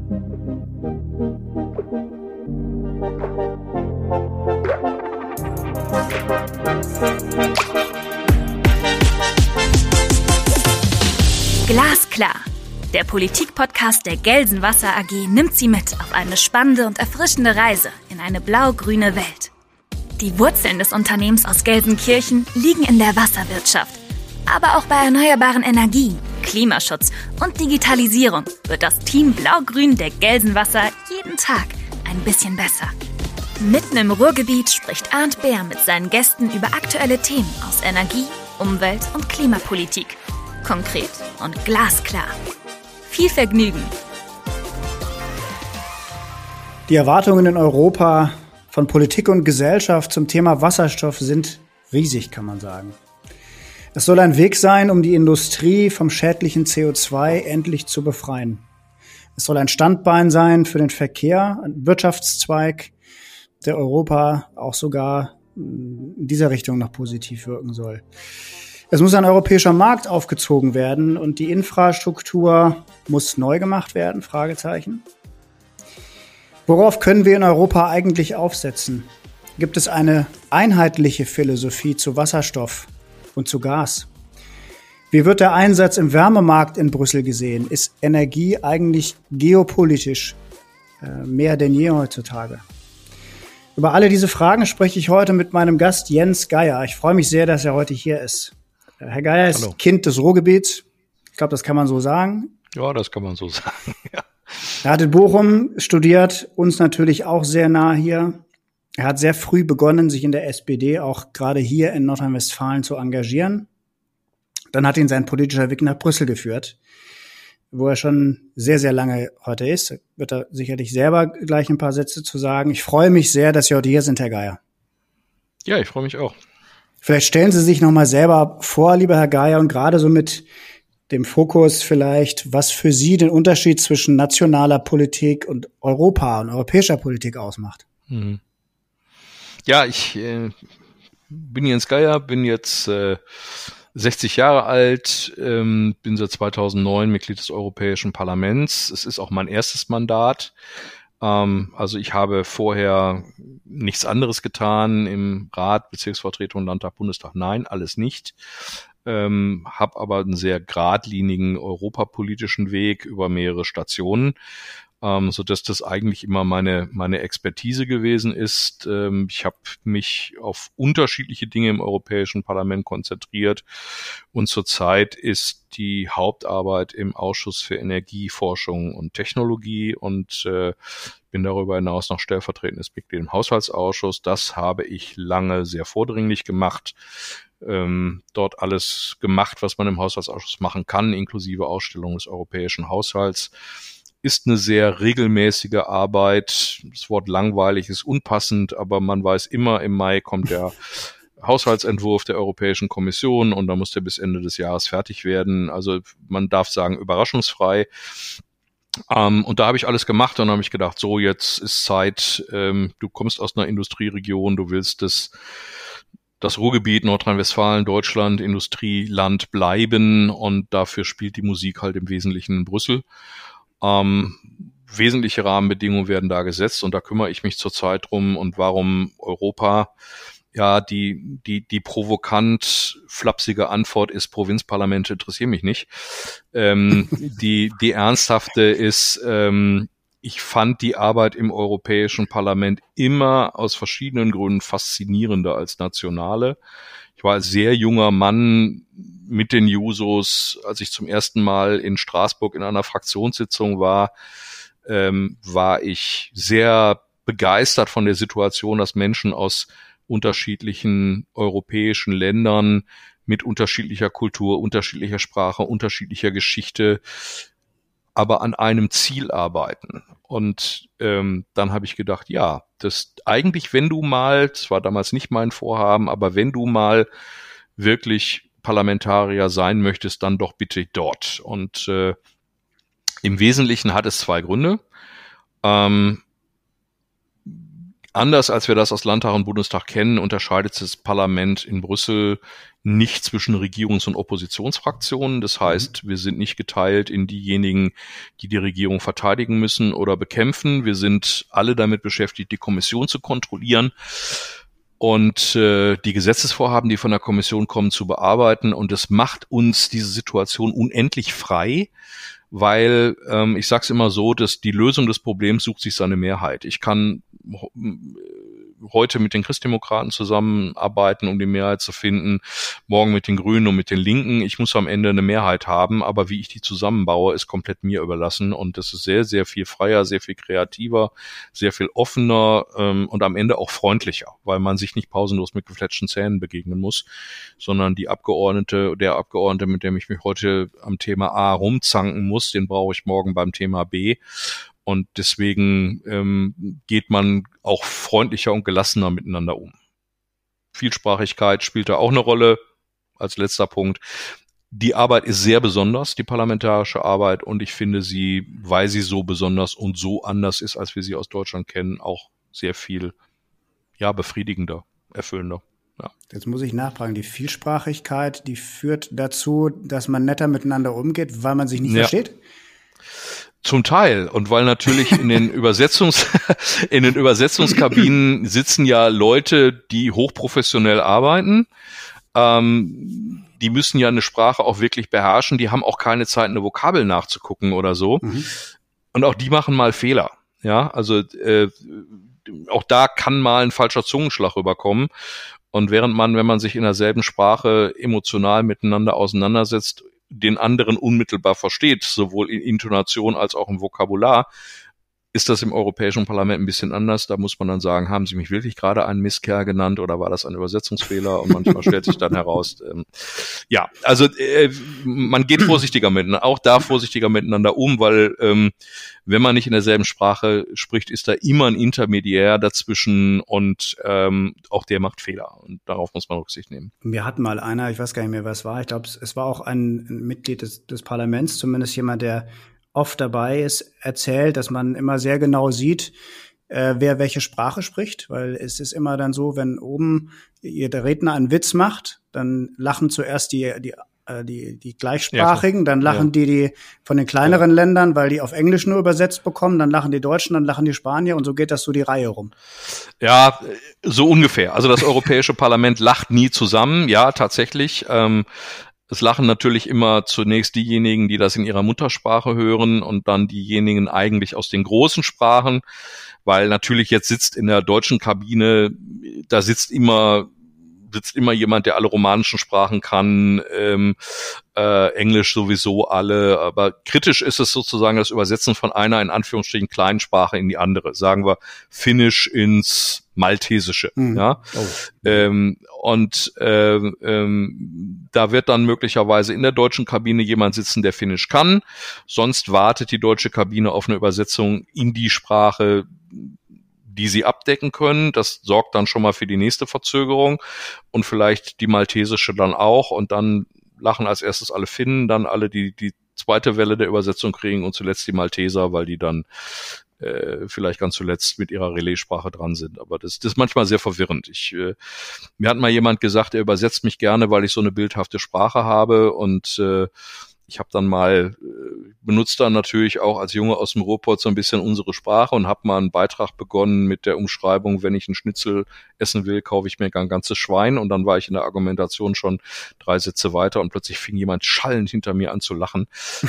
Glasklar. Der Politik-Podcast der Gelsenwasser AG nimmt Sie mit auf eine spannende und erfrischende Reise in eine blau-grüne Welt. Die Wurzeln des Unternehmens aus Gelsenkirchen liegen in der Wasserwirtschaft. Aber auch bei erneuerbaren Energien, Klimaschutz und Digitalisierung wird das Team Blau-Grün der Gelsenwasser jeden Tag ein bisschen besser. Mitten im Ruhrgebiet spricht Arndt Bär mit seinen Gästen über aktuelle Themen aus Energie, Umwelt und Klimapolitik. Konkret und glasklar. Viel Vergnügen! Die Erwartungen in Europa von Politik und Gesellschaft zum Thema Wasserstoff sind riesig, kann man sagen. Es soll ein Weg sein, um die Industrie vom schädlichen CO2 endlich zu befreien. Es soll ein Standbein sein für den Verkehr, ein Wirtschaftszweig, der Europa auch sogar in dieser Richtung noch positiv wirken soll. Es muss ein europäischer Markt aufgezogen werden und die Infrastruktur muss neu gemacht werden, Fragezeichen. Worauf können wir in Europa eigentlich aufsetzen? Gibt es eine einheitliche Philosophie zu Wasserstoff und zu Gas? Wie wird der Einsatz im Wärmemarkt in Brüssel gesehen? Ist Energie eigentlich geopolitisch mehr denn je heutzutage? Über alle diese Fragen spreche ich heute mit meinem Gast Jens Geier. Ich freue mich sehr, dass er heute hier ist. Herr Geier ist Hallo. Kind des Ruhrgebiets. Ich glaube, das kann man so sagen. Ja, das kann man so sagen, ja. Er hat in Bochum studiert, uns natürlich auch sehr nah hier. Er hat sehr früh begonnen, sich in der SPD auch gerade hier in Nordrhein-Westfalen zu engagieren. Dann hat ihn sein politischer Weg nach Brüssel geführt, wo er schon sehr, sehr lange heute ist. Wird er sicherlich selber gleich ein paar Sätze zu sagen. Ich freue mich sehr, dass Sie heute hier sind, Herr Geier. Ja, ich freue mich auch. Vielleicht stellen Sie sich noch mal selber vor, lieber Herr Geier, und gerade so mit dem Fokus vielleicht, was für Sie den Unterschied zwischen nationaler Politik und Europa und europäischer Politik ausmacht. Ja, ich bin Jens Geier, bin jetzt 60 Jahre alt, bin seit 2009 Mitglied des Europäischen Parlaments. Es ist auch mein erstes Mandat. Also ich habe vorher nichts anderes getan im Rat, Bezirksvertretung, Landtag, Bundestag. Nein, alles nicht. Habe aber einen sehr geradlinigen europapolitischen Weg über mehrere Stationen, so dass das eigentlich immer meine Expertise gewesen ist. Ich habe mich auf unterschiedliche Dinge im Europäischen Parlament konzentriert und zurzeit ist die Hauptarbeit im Ausschuss für Energie, Forschung und Technologie und bin darüber hinaus noch stellvertretendes Mitglied im Haushaltsausschuss. Das habe ich lange sehr vordringlich gemacht. Dort alles gemacht, was man im Haushaltsausschuss machen kann, inklusive Ausstellung des europäischen Haushalts. Ist eine sehr regelmäßige Arbeit. Das Wort langweilig ist unpassend, aber man weiß immer, im Mai kommt der Haushaltsentwurf der Europäischen Kommission und da muss der bis Ende des Jahres fertig werden. Also man darf sagen, überraschungsfrei. Und da habe ich alles gemacht und dann habe ich gedacht, so jetzt ist Zeit, du kommst aus einer Industrieregion, du willst das Ruhrgebiet, Nordrhein-Westfalen, Deutschland, Industrieland bleiben und dafür spielt die Musik halt im Wesentlichen in Brüssel. Wesentliche Rahmenbedingungen werden da gesetzt und da kümmere ich mich zurzeit drum und warum Europa, ja, die provokant flapsige Antwort ist, Provinzparlamente interessieren mich nicht. Die ernsthafte ist, ich fand die Arbeit im Europäischen Parlament immer aus verschiedenen Gründen faszinierender als nationale. Ich war als sehr junger Mann mit den Jusos, als ich zum ersten Mal in Straßburg in einer Fraktionssitzung war ich sehr begeistert von der Situation, dass Menschen aus unterschiedlichen europäischen Ländern mit unterschiedlicher Kultur, unterschiedlicher Sprache, unterschiedlicher Geschichte, aber an einem Ziel arbeiten. Und dann habe ich gedacht, ja, das eigentlich, wenn du mal, das war damals nicht mein Vorhaben, aber wenn du mal wirklich Parlamentarier sein möchtest, dann doch bitte dort. Und im Wesentlichen hat es zwei Gründe. Anders als wir das aus Landtag und Bundestag kennen, unterscheidet das Parlament in Brüssel nicht zwischen Regierungs- und Oppositionsfraktionen. Das heißt, wir sind nicht geteilt in diejenigen, die die Regierung verteidigen müssen oder bekämpfen. Wir sind alle damit beschäftigt, die Kommission zu kontrollieren und die Gesetzesvorhaben, die von der Kommission kommen, zu bearbeiten. Und das macht uns diese Situation unendlich frei, weil ich sage es immer so, dass die Lösung des Problems sucht sich seine Mehrheit. Ich kann heute mit den Christdemokraten zusammenarbeiten, um die Mehrheit zu finden, morgen mit den Grünen und mit den Linken. Ich muss am Ende eine Mehrheit haben, aber wie ich die zusammenbaue, ist komplett mir überlassen und das ist sehr, sehr viel freier, sehr viel kreativer, sehr viel offener und am Ende auch freundlicher, weil man sich nicht pausenlos mit gefletschten Zähnen begegnen muss, sondern der Abgeordnete, mit dem ich mich heute am Thema A rumzanken muss, den brauche ich morgen beim Thema B. Und deswegen geht man auch freundlicher und gelassener miteinander um. Vielsprachigkeit spielt da auch eine Rolle als letzter Punkt. Die Arbeit ist sehr besonders, die parlamentarische Arbeit. Und ich finde sie, weil sie so besonders und so anders ist, als wir sie aus Deutschland kennen, auch sehr viel befriedigender, erfüllender. Ja. Jetzt muss ich nachfragen, die Vielsprachigkeit, die führt dazu, dass man netter miteinander umgeht, weil man sich nicht versteht? Zum Teil. Und weil natürlich in den Übersetzungskabinen sitzen ja Leute, die hochprofessionell arbeiten. Die müssen ja eine Sprache auch wirklich beherrschen. Die haben auch keine Zeit, eine Vokabel nachzugucken oder so. Mhm. Und auch die machen mal Fehler. Ja, also auch da kann mal ein falscher Zungenschlag rüberkommen. Und wenn man sich in derselben Sprache emotional miteinander auseinandersetzt, den anderen unmittelbar versteht, sowohl in Intonation als auch im Vokabular, ist das im Europäischen Parlament ein bisschen anders. Da muss man dann sagen, haben Sie mich wirklich gerade einen Mistkerl genannt oder war das ein Übersetzungsfehler? Und manchmal stellt sich dann heraus, man geht vorsichtiger miteinander um, weil wenn man nicht in derselben Sprache spricht, ist da immer ein Intermediär dazwischen und auch der macht Fehler. Und darauf muss man Rücksicht nehmen. Mir hat mal einer, ich weiß gar nicht mehr, wer es war, ich glaube, es war auch ein Mitglied des Parlaments, zumindest jemand, der oft dabei ist, erzählt, dass man immer sehr genau sieht, wer welche Sprache spricht, weil es ist immer dann so, wenn oben der Redner einen Witz macht, dann lachen zuerst die Gleichsprachigen, dann lachen die von den kleineren Ländern, weil die auf Englisch nur übersetzt bekommen, dann lachen die Deutschen, dann lachen die Spanier und so geht das so die Reihe rum. Ja, so ungefähr. Also das Europäische Parlament lacht nie zusammen, ja, tatsächlich. Es lachen natürlich immer zunächst diejenigen, die das in ihrer Muttersprache hören und dann diejenigen eigentlich aus den großen Sprachen, weil natürlich jetzt sitzt in der deutschen Kabine, da sitzt immer jemand, der alle romanischen Sprachen kann, Englisch sowieso alle, aber kritisch ist es sozusagen das Übersetzen von einer in Anführungsstrichen kleinen Sprache in die andere, sagen wir Finnisch ins Maltesische, ja. Oh. Da wird dann möglicherweise in der deutschen Kabine jemand sitzen, der Finnisch kann, sonst wartet die deutsche Kabine auf eine Übersetzung in die Sprache, die sie abdecken können. Das sorgt dann schon mal für die nächste Verzögerung und vielleicht die maltesische dann auch und dann lachen als erstes alle Finnen, dann alle die zweite Welle der Übersetzung kriegen und zuletzt die Malteser, weil die dann vielleicht ganz zuletzt mit ihrer Relaissprache dran sind. Aber das ist manchmal sehr verwirrend. Mir hat mal jemand gesagt, er übersetzt mich gerne, weil ich so eine bildhafte Sprache habe und ich habe dann mal benutzt dann natürlich auch als Junge aus dem Ruhrpott so ein bisschen unsere Sprache und habe mal einen Beitrag begonnen mit der Umschreibung, wenn ich einen Schnitzel essen will, kaufe ich mir ein ganzes Schwein und dann war ich in der Argumentation schon 3 Sätze weiter und plötzlich fing jemand schallend hinter mir an zu lachen.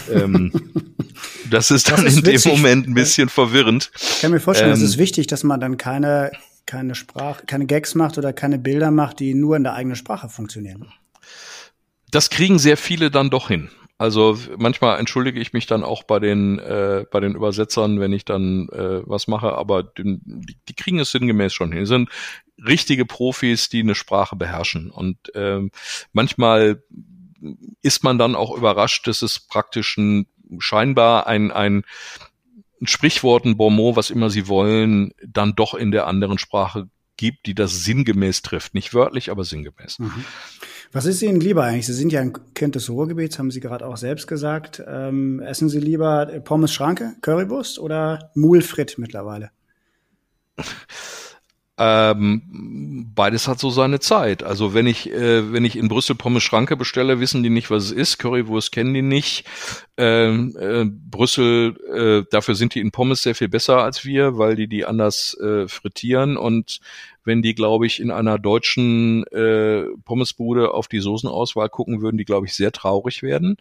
Das ist dann in dem Moment ein bisschen verwirrend. Ich kann mir vorstellen, es ist wichtig, dass man dann keine Gags macht oder keine Bilder macht, die nur in der eigenen Sprache funktionieren. Das kriegen sehr viele dann doch hin. Also manchmal entschuldige ich mich dann auch bei den Übersetzern, wenn ich dann was mache, aber die kriegen es sinngemäß schon hin. Die sind richtige Profis, die eine Sprache beherrschen. Und manchmal ist man dann auch überrascht, dass es praktisch scheinbar ein Sprichwort, ein Bonmot, was immer sie wollen, dann doch in der anderen Sprache gibt, die das sinngemäß trifft. Nicht wörtlich, aber sinngemäß. Mhm. Was ist Ihnen lieber eigentlich? Sie sind ja ein Kind des Ruhrgebiets, haben Sie gerade auch selbst gesagt. Essen Sie lieber Pommes Schranke, Currywurst oder Moule Frites mittlerweile? Beides hat so seine Zeit. Also wenn ich in Brüssel Pommes Schranke bestelle, wissen die nicht, was es ist. Currywurst kennen die nicht. Brüssel, dafür sind die in Pommes sehr viel besser als wir, weil die anders frittieren. Und wenn die, glaube ich, in einer deutschen Pommesbude auf die Soßenauswahl gucken würden, die, glaube ich, sehr traurig werden.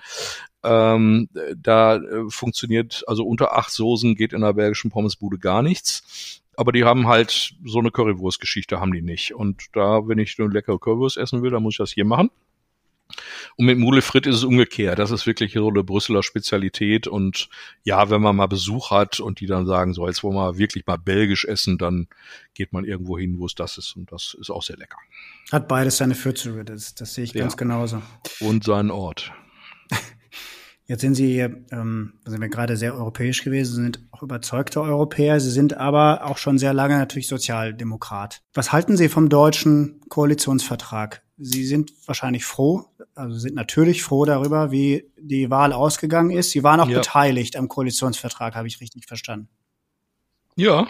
Da funktioniert, also unter 8 Soßen geht in der belgischen Pommesbude gar nichts. Aber die haben halt so eine Currywurst-Geschichte, haben die nicht. Und da, wenn ich eine leckere Currywurst essen will, dann muss ich das hier machen. Und mit Moule Frites ist es umgekehrt. Das ist wirklich so eine Brüsseler Spezialität. Und ja, wenn man mal Besuch hat und die dann sagen, so jetzt wollen wir wirklich mal belgisch essen, dann geht man irgendwo hin, wo es das ist. Und das ist auch sehr lecker. Hat beides seine Fürzüge, das sehe ich ganz genauso. Und seinen Ort. Jetzt sind Sie, sind wir gerade sehr europäisch gewesen, sind auch überzeugte Europäer. Sie sind aber auch schon sehr lange natürlich Sozialdemokrat. Was halten Sie vom deutschen Koalitionsvertrag? Sie sind wahrscheinlich froh, also sind natürlich froh darüber, wie die Wahl ausgegangen ist. Sie waren auch beteiligt am Koalitionsvertrag, habe ich richtig verstanden? Ja,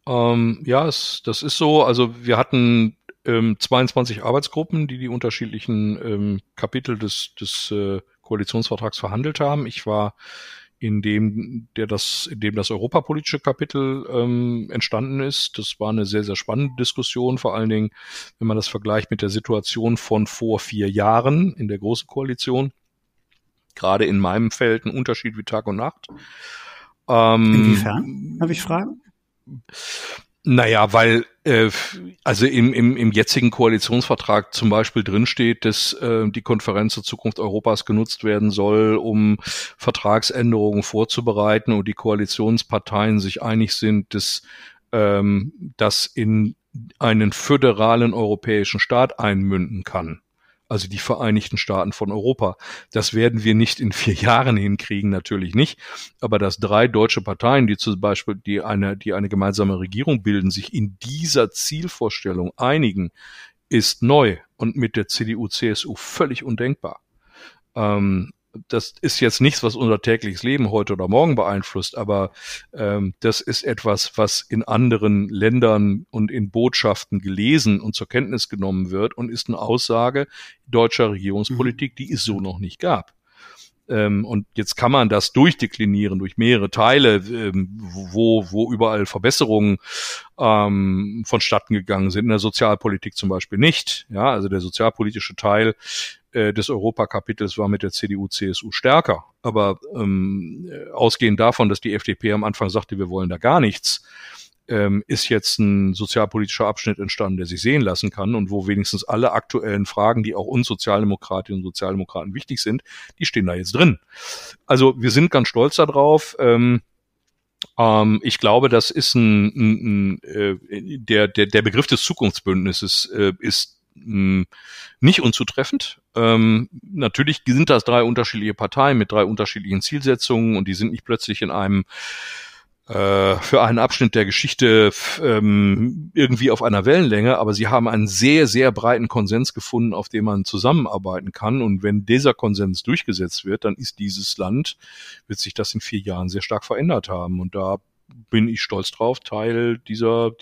das ist so. Also wir hatten 22 Arbeitsgruppen, die unterschiedlichen Kapitel des Koalitionsvertrags verhandelt haben. Ich war in dem das europapolitische Kapitel entstanden ist. Das war eine sehr, sehr spannende Diskussion, vor allen Dingen, wenn man das vergleicht mit der Situation von vor 4 Jahren in der Großen Koalition. Gerade in meinem Feld ein Unterschied wie Tag und Nacht. Inwiefern? Darf ich fragen? Naja, weil also im jetzigen Koalitionsvertrag zum Beispiel drinsteht, dass die Konferenz zur Zukunft Europas genutzt werden soll, um Vertragsänderungen vorzubereiten und die Koalitionsparteien sich einig sind, dass das in einen föderalen europäischen Staat einmünden kann. Also die Vereinigten Staaten von Europa. Das werden wir nicht in 4 Jahren hinkriegen, natürlich nicht. Aber dass 3 deutsche Parteien, die zum Beispiel, die eine gemeinsame Regierung bilden, sich in dieser Zielvorstellung einigen, ist neu und mit der CDU, CSU völlig undenkbar. Das ist jetzt nichts, was unser tägliches Leben heute oder morgen beeinflusst, aber das ist etwas, was in anderen Ländern und in Botschaften gelesen und zur Kenntnis genommen wird und ist eine Aussage deutscher Regierungspolitik, die es so noch nicht gab. Und jetzt kann man das durchdeklinieren durch mehrere Teile, wo überall Verbesserungen vonstatten gegangen sind. In der Sozialpolitik zum Beispiel nicht. Ja, also der sozialpolitische Teil des Europakapitels war mit der CDU, CSU stärker. Aber ausgehend davon, dass die FDP am Anfang sagte, wir wollen da gar nichts, ist jetzt ein sozialpolitischer Abschnitt entstanden, der sich sehen lassen kann und wo wenigstens alle aktuellen Fragen, die auch uns Sozialdemokratinnen und Sozialdemokraten wichtig sind, die stehen da jetzt drin. Also wir sind ganz stolz darauf. Ich glaube, das ist der Begriff des Zukunftsbündnisses ist nicht unzutreffend. Natürlich sind das 3 unterschiedliche Parteien mit 3 unterschiedlichen Zielsetzungen und die sind nicht plötzlich in einem für einen Abschnitt der Geschichte irgendwie auf einer Wellenlänge, aber sie haben einen sehr, sehr breiten Konsens gefunden, auf dem man zusammenarbeiten kann. Und wenn dieser Konsens durchgesetzt wird, dann ist dieses Land, wird sich das in 4 Jahren sehr stark verändert haben. Und da bin ich stolz drauf, Teil dieser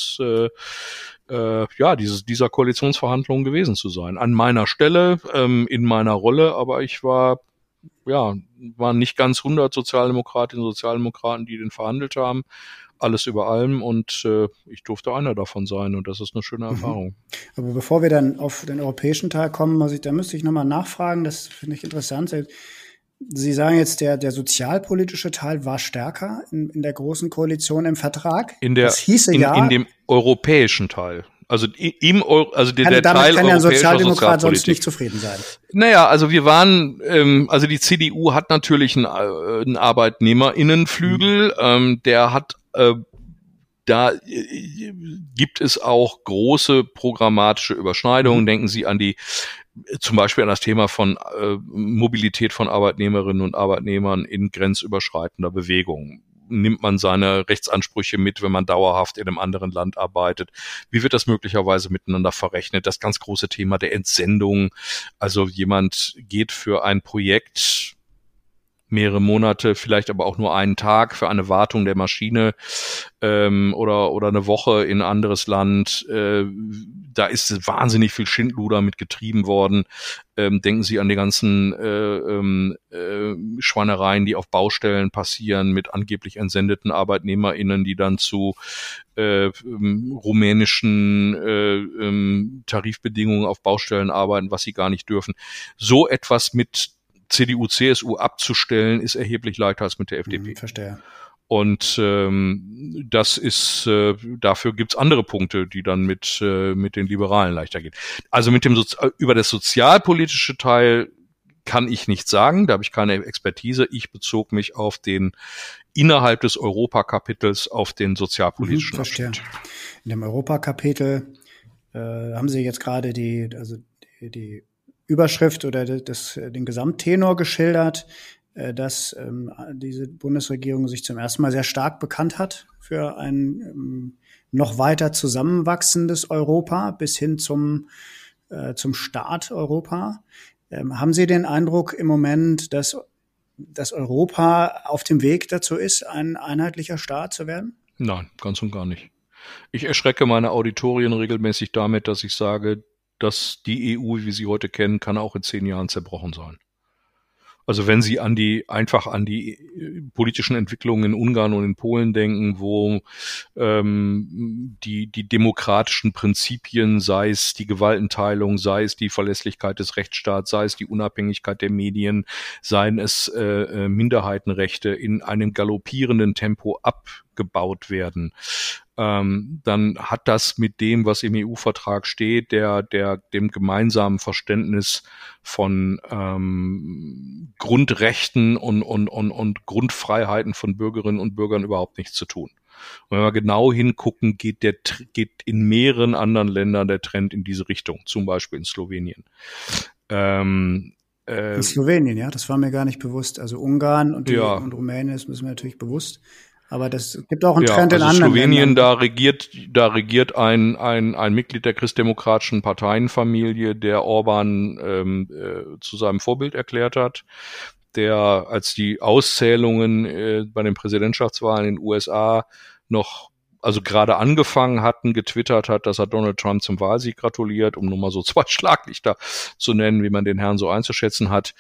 Koalitionsverhandlungen gewesen zu sein. An meiner Stelle, in meiner Rolle, aber ich waren nicht ganz 100 Sozialdemokratinnen und Sozialdemokraten, die den verhandelt haben. Alles über allem und ich durfte einer davon sein und das ist eine schöne Erfahrung. Aber bevor wir dann auf den europäischen Teil kommen, müsste ich nochmal nachfragen, das finde ich interessant. Sie sagen jetzt, der sozialpolitische Teil war stärker in der Großen Koalition im Vertrag. In dem europäischen Teil. Also der damit Teil kann ja ein europäischer Sozialdemokrat sonst Sozialpolitik nicht zufrieden sein. Naja, also wir waren, also die CDU hat natürlich einen ArbeitnehmerInnenflügel, der hat, da gibt es auch große programmatische Überschneidungen. Denken Sie zum Beispiel an das Thema von Mobilität von Arbeitnehmerinnen und Arbeitnehmern in grenzüberschreitender Bewegung. Nimmt man seine Rechtsansprüche mit, wenn man dauerhaft in einem anderen Land arbeitet? Wie wird das möglicherweise miteinander verrechnet? Das ganz große Thema der Entsendung. Also jemand geht für ein Projekt mehrere Monate, vielleicht aber auch nur einen Tag für eine Wartung der Maschine oder eine Woche in ein anderes Land. Da ist wahnsinnig viel Schindluder mit getrieben worden. Denken Sie an die ganzen Schweinereien, die auf Baustellen passieren, mit angeblich entsendeten ArbeitnehmerInnen, die dann zu rumänischen Tarifbedingungen auf Baustellen arbeiten, was sie gar nicht dürfen. So etwas mit CDU, CSU abzustellen, ist erheblich leichter als mit der FDP. Verstehe. Und das ist, dafür gibt's andere Punkte, die dann mit den Liberalen leichter gehen. Also über das sozialpolitische Teil kann ich nichts sagen, da habe ich keine Expertise. Ich bezog mich auf den innerhalb des Europakapitels auf den sozialpolitischen Abschnitt. In dem Europakapitel haben Sie jetzt gerade die Überschrift oder den Gesamttenor geschildert, dass diese Bundesregierung sich zum ersten Mal sehr stark bekannt hat für ein noch weiter zusammenwachsendes Europa bis hin zum Staat Europa. Haben Sie den Eindruck im Moment, dass Europa auf dem Weg dazu ist, ein einheitlicher Staat zu werden? Nein, ganz und gar nicht. Ich erschrecke meine Auditorien regelmäßig damit, dass ich sage, dass die EU, wie wir sie heute kennen, kann auch in 10 Jahren zerbrochen sein. Also wenn Sie an die politischen Entwicklungen in Ungarn und in Polen denken, wo die demokratischen Prinzipien, sei es die Gewaltenteilung, sei es die Verlässlichkeit des Rechtsstaats, sei es die Unabhängigkeit der Medien, seien es Minderheitenrechte in einem galoppierenden Tempo abgebaut werden, dann hat das mit dem, was im EU-Vertrag steht, dem gemeinsamen Verständnis von Grundrechten und Grundfreiheiten von Bürgerinnen und Bürgern überhaupt nichts zu tun. Und wenn wir genau hingucken, geht in mehreren anderen Ländern der Trend in diese Richtung, zum Beispiel in Slowenien. In Slowenien, ja, das war mir gar nicht bewusst. Also Ungarn und Rumänien, das ist mir natürlich bewusst. Aber das gibt auch einen Trend in anderen Slowenien, Ländern. Da regiert ein Mitglied der christdemokratischen Parteienfamilie, der Orban zu seinem Vorbild erklärt hat, der, als die Auszählungen bei den Präsidentschaftswahlen in den USA gerade angefangen hatten, getwittert hat, dass er Donald Trump zum Wahlsieg gratuliert, um nur mal so 2 Schlaglichter zu nennen, wie man den Herrn so einzuschätzen hat.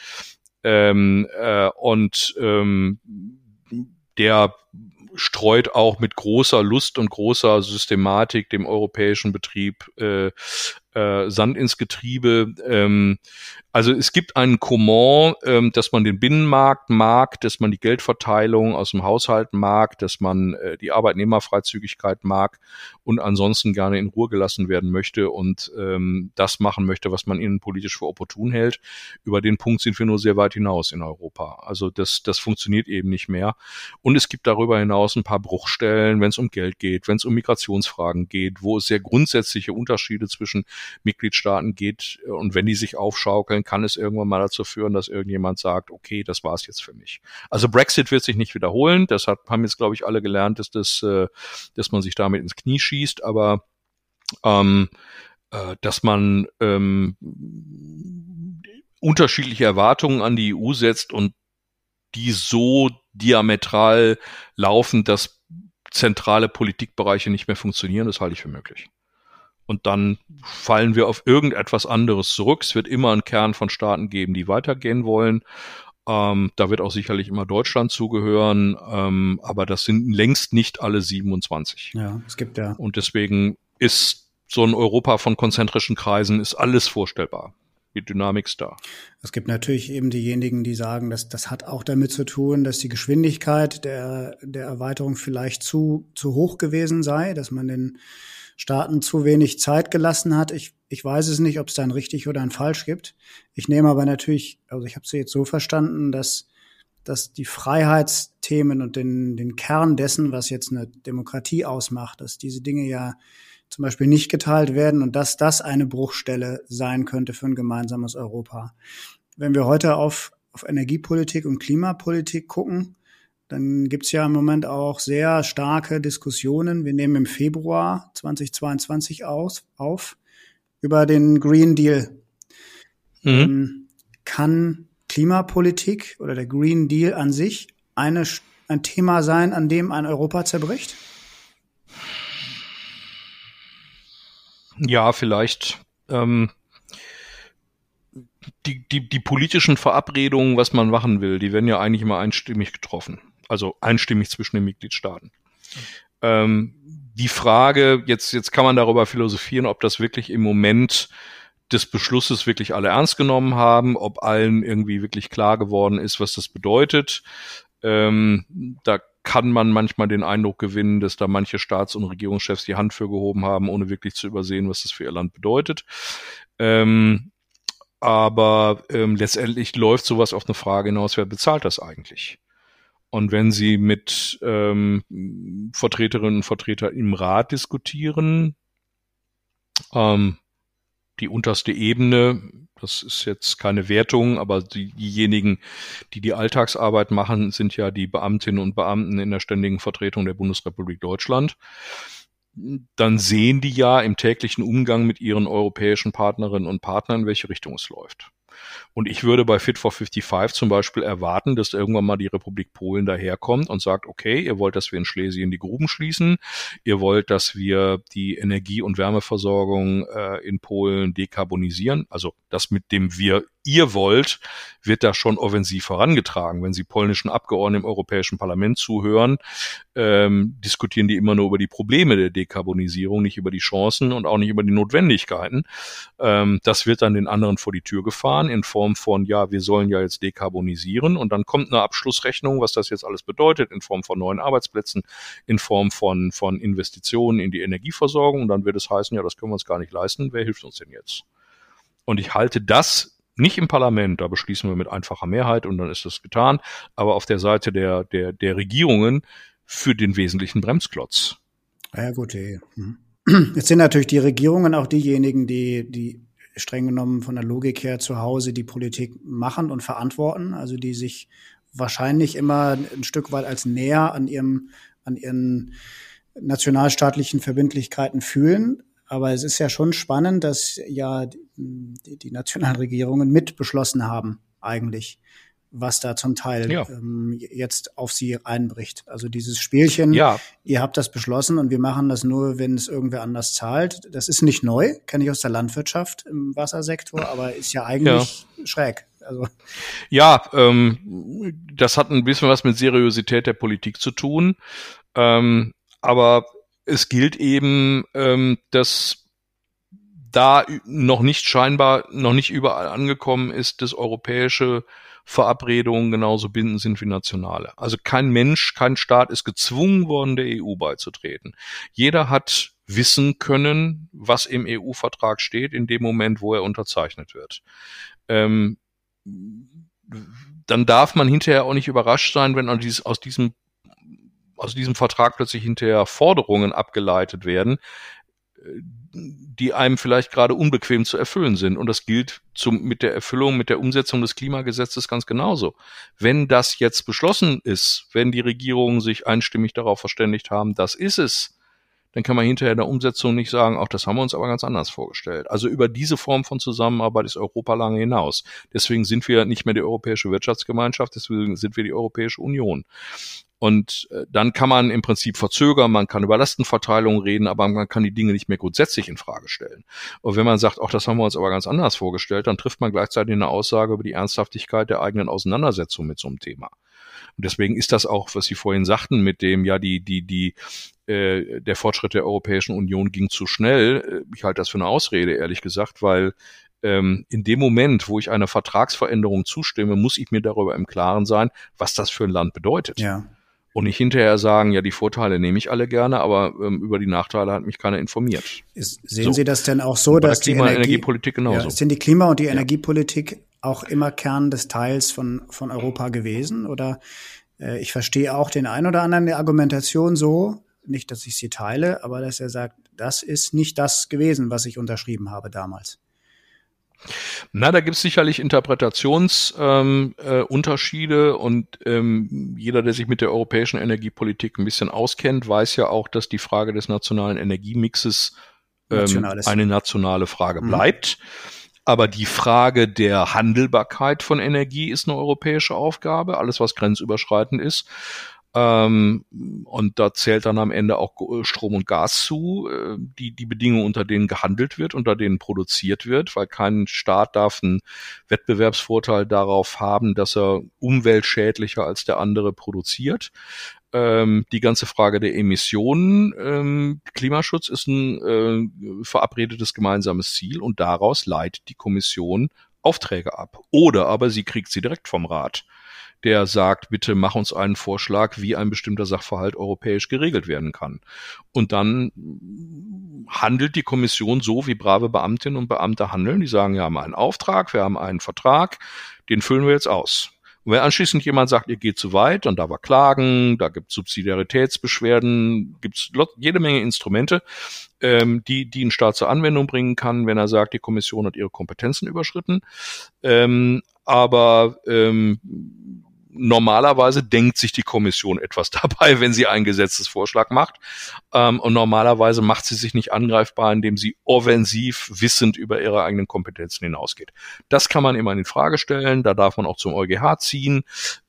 Der streut auch mit großer Lust und großer Systematik dem europäischen Betrieb Sand ins Getriebe. Also es gibt einen Comment, dass man den Binnenmarkt mag, dass man die Geldverteilung aus dem Haushalt mag, dass man die Arbeitnehmerfreizügigkeit mag und ansonsten gerne in Ruhe gelassen werden möchte und das machen möchte, was man innenpolitisch für opportun hält. Über den Punkt sind wir nur sehr weit hinaus in Europa. Also das funktioniert eben nicht mehr. Und es gibt darüber hinaus ein paar Bruchstellen, wenn es um Geld geht, wenn es um Migrationsfragen geht, wo es sehr grundsätzliche Unterschiede zwischen Mitgliedstaaten geht und wenn die sich aufschaukeln, kann es irgendwann mal dazu führen, dass irgendjemand sagt, okay, das war's jetzt für mich. Also Brexit wird sich nicht wiederholen, das haben jetzt, glaube ich, alle gelernt, dass man sich damit ins Knie schießt, aber dass man unterschiedliche Erwartungen an die EU setzt und die so diametral laufen, dass zentrale Politikbereiche nicht mehr funktionieren, das halte ich für möglich. Und dann fallen wir auf irgendetwas anderes zurück. Es wird immer einen Kern von Staaten geben, die weitergehen wollen. Da wird auch sicherlich immer Deutschland zugehören. Aber das sind längst nicht alle 27. Ja, es gibt ja. Und deswegen ist so ein Europa von konzentrischen Kreisen, ist alles vorstellbar. Die Dynamik ist da. Es gibt natürlich eben diejenigen, die sagen, dass das hat auch damit zu tun, dass die Geschwindigkeit der Erweiterung vielleicht zu hoch gewesen sei, dass man den Staaten zu wenig Zeit gelassen hat. Ich weiß es nicht, ob es da ein richtig oder ein falsch gibt. Ich nehme aber natürlich, also ich habe sie jetzt so verstanden, dass die Freiheitsthemen und den Kern dessen, was jetzt eine Demokratie ausmacht, dass diese Dinge ja zum Beispiel nicht geteilt werden und dass das eine Bruchstelle sein könnte für ein gemeinsames Europa. Wenn wir heute auf Energiepolitik und Klimapolitik gucken, dann gibt's ja im Moment auch sehr starke Diskussionen. Wir nehmen im Februar 2022 auf über den Green Deal. Kann Klimapolitik oder der Green Deal an sich ein Thema sein, an dem ein Europa zerbricht? Ja, vielleicht. Die politischen Verabredungen, was man machen will, die werden ja eigentlich immer einstimmig getroffen. Also einstimmig zwischen den Mitgliedstaaten. Die Frage, jetzt kann man darüber philosophieren, ob das wirklich im Moment des Beschlusses wirklich alle ernst genommen haben, ob allen irgendwie wirklich klar geworden ist, was das bedeutet. Da kann man manchmal den Eindruck gewinnen, dass da manche Staats- und Regierungschefs die Hand für gehoben haben, ohne wirklich zu übersehen, was das für ihr Land bedeutet. Aber letztendlich läuft sowas auf eine Frage hinaus, wer bezahlt das eigentlich? Und wenn Sie mit Vertreterinnen und Vertretern im Rat diskutieren, die unterste Ebene, das ist jetzt keine Wertung, aber diejenigen, die die Alltagsarbeit machen, sind ja die Beamtinnen und Beamten in der ständigen Vertretung der Bundesrepublik Deutschland. Dann sehen die ja im täglichen Umgang mit ihren europäischen Partnerinnen und Partnern, in welche Richtung es läuft. Und ich würde bei Fit for 55 zum Beispiel erwarten, dass irgendwann mal die Republik Polen daherkommt und sagt, okay, ihr wollt, dass wir in Schlesien die Gruben schließen, ihr wollt, dass wir die Energie- und Wärmeversorgung in Polen dekarbonisieren, also das mit dem ihr wollt, wird da schon offensiv vorangetragen. Wenn Sie polnischen Abgeordneten im Europäischen Parlament zuhören, diskutieren die immer nur über die Probleme der Dekarbonisierung, nicht über die Chancen und auch nicht über die Notwendigkeiten. Das wird dann den anderen vor die Tür gefahren in Form von, ja, wir sollen ja jetzt dekarbonisieren, und dann kommt eine Abschlussrechnung, was das jetzt alles bedeutet, in Form von neuen Arbeitsplätzen, in Form von Investitionen in die Energieversorgung, und dann wird es heißen, ja, das können wir uns gar nicht leisten, wer hilft uns denn jetzt? Und ich halte das nicht im Parlament, da beschließen wir mit einfacher Mehrheit und dann ist das getan, aber auf der Seite der Regierungen für den wesentlichen Bremsklotz. Ja, gut. Jetzt sind natürlich die Regierungen auch diejenigen, die streng genommen von der Logik her zu Hause die Politik machen und verantworten, also die sich wahrscheinlich immer ein Stück weit als näher an ihren nationalstaatlichen Verbindlichkeiten fühlen. Aber es ist ja schon spannend, dass ja die nationalen Regierungen mit beschlossen haben, eigentlich, was da zum Teil jetzt auf sie einbricht. Also dieses Spielchen, ihr habt das beschlossen und wir machen das nur, wenn es irgendwer anders zahlt. Das ist nicht neu, kenne ich aus der Landwirtschaft im Wassersektor, aber ist ja eigentlich schräg. Also. Ja, das hat ein bisschen was mit Seriosität der Politik zu tun, aber es gilt eben, dass da noch nicht überall angekommen ist, dass europäische Verabredungen genauso bindend sind wie nationale. Also kein Staat ist gezwungen worden, der EU beizutreten. Jeder hat wissen können, was im EU-Vertrag steht, in dem Moment, wo er unterzeichnet wird. Dann darf man hinterher auch nicht überrascht sein, wenn aus diesem Vertrag plötzlich hinterher Forderungen abgeleitet werden, die einem vielleicht gerade unbequem zu erfüllen sind. Und das gilt mit der Umsetzung des Klimagesetzes ganz genauso. Wenn das jetzt beschlossen ist, wenn die Regierungen sich einstimmig darauf verständigt haben, das ist es, dann kann man hinterher in der Umsetzung nicht sagen, ach, das haben wir uns aber ganz anders vorgestellt. Also über diese Form von Zusammenarbeit ist Europa lange hinaus. Deswegen sind wir nicht mehr die Europäische Wirtschaftsgemeinschaft, deswegen sind wir die Europäische Union. Und dann kann man im Prinzip verzögern, man kann über Lastenverteilung reden, aber man kann die Dinge nicht mehr grundsätzlich in Frage stellen. Und wenn man sagt, ach, das haben wir uns aber ganz anders vorgestellt, dann trifft man gleichzeitig eine Aussage über die Ernsthaftigkeit der eigenen Auseinandersetzung mit so einem Thema. Und deswegen ist das auch, was Sie vorhin sagten, mit dem, ja, der Fortschritt der Europäischen Union ging zu schnell. Ich halte das für eine Ausrede, ehrlich gesagt, weil in dem Moment, wo ich einer Vertragsveränderung zustimme, muss ich mir darüber im Klaren sein, was das für ein Land bedeutet. Ja. Und nicht hinterher sagen, ja, die Vorteile nehme ich alle gerne, aber über die Nachteile hat mich keiner informiert. Sehen Sie das denn auch so, dass die Energiepolitik genauso? Ist denn die Klima- und die Energiepolitik auch immer Kern des Teils von Europa gewesen? Oder ich verstehe auch den ein oder anderen der Argumentation so, nicht, dass ich sie teile, aber dass er sagt, das ist nicht das gewesen, was ich unterschrieben habe damals. Na, da gibt es sicherlich Interpretationsunterschiede und jeder, der sich mit der europäischen Energiepolitik ein bisschen auskennt, weiß ja auch, dass die Frage des nationalen Energiemixes eine nationale Frage bleibt. Aber die Frage der Handelbarkeit von Energie ist eine europäische Aufgabe, alles was grenzüberschreitend ist. Und da zählt dann am Ende auch Strom und Gas zu, die Bedingungen, unter denen gehandelt wird, unter denen produziert wird, weil kein Staat darf einen Wettbewerbsvorteil darauf haben, dass er umweltschädlicher als der andere produziert. Die ganze Frage der Emissionen, Klimaschutz ist ein verabredetes gemeinsames Ziel und daraus leitet die Kommission Aufträge ab. Oder aber sie kriegt sie direkt vom Rat, der sagt, bitte mach uns einen Vorschlag, wie ein bestimmter Sachverhalt europäisch geregelt werden kann. Und dann handelt die Kommission so, wie brave Beamtinnen und Beamte handeln. Die sagen, wir haben einen Auftrag, wir haben einen Vertrag, den füllen wir jetzt aus. Und wenn anschließend jemand sagt, ihr geht zu weit, dann darf er klagen, da gibt es Subsidiaritätsbeschwerden, gibt es jede Menge Instrumente, die ein Staat zur Anwendung bringen kann, wenn er sagt, die Kommission hat ihre Kompetenzen überschritten. Aber normalerweise denkt sich die Kommission etwas dabei, wenn sie einen Gesetzesvorschlag macht. Und normalerweise macht sie sich nicht angreifbar, indem sie offensiv wissend über ihre eigenen Kompetenzen hinausgeht. Das kann man immer in Frage stellen. Da darf man auch zum EuGH ziehen,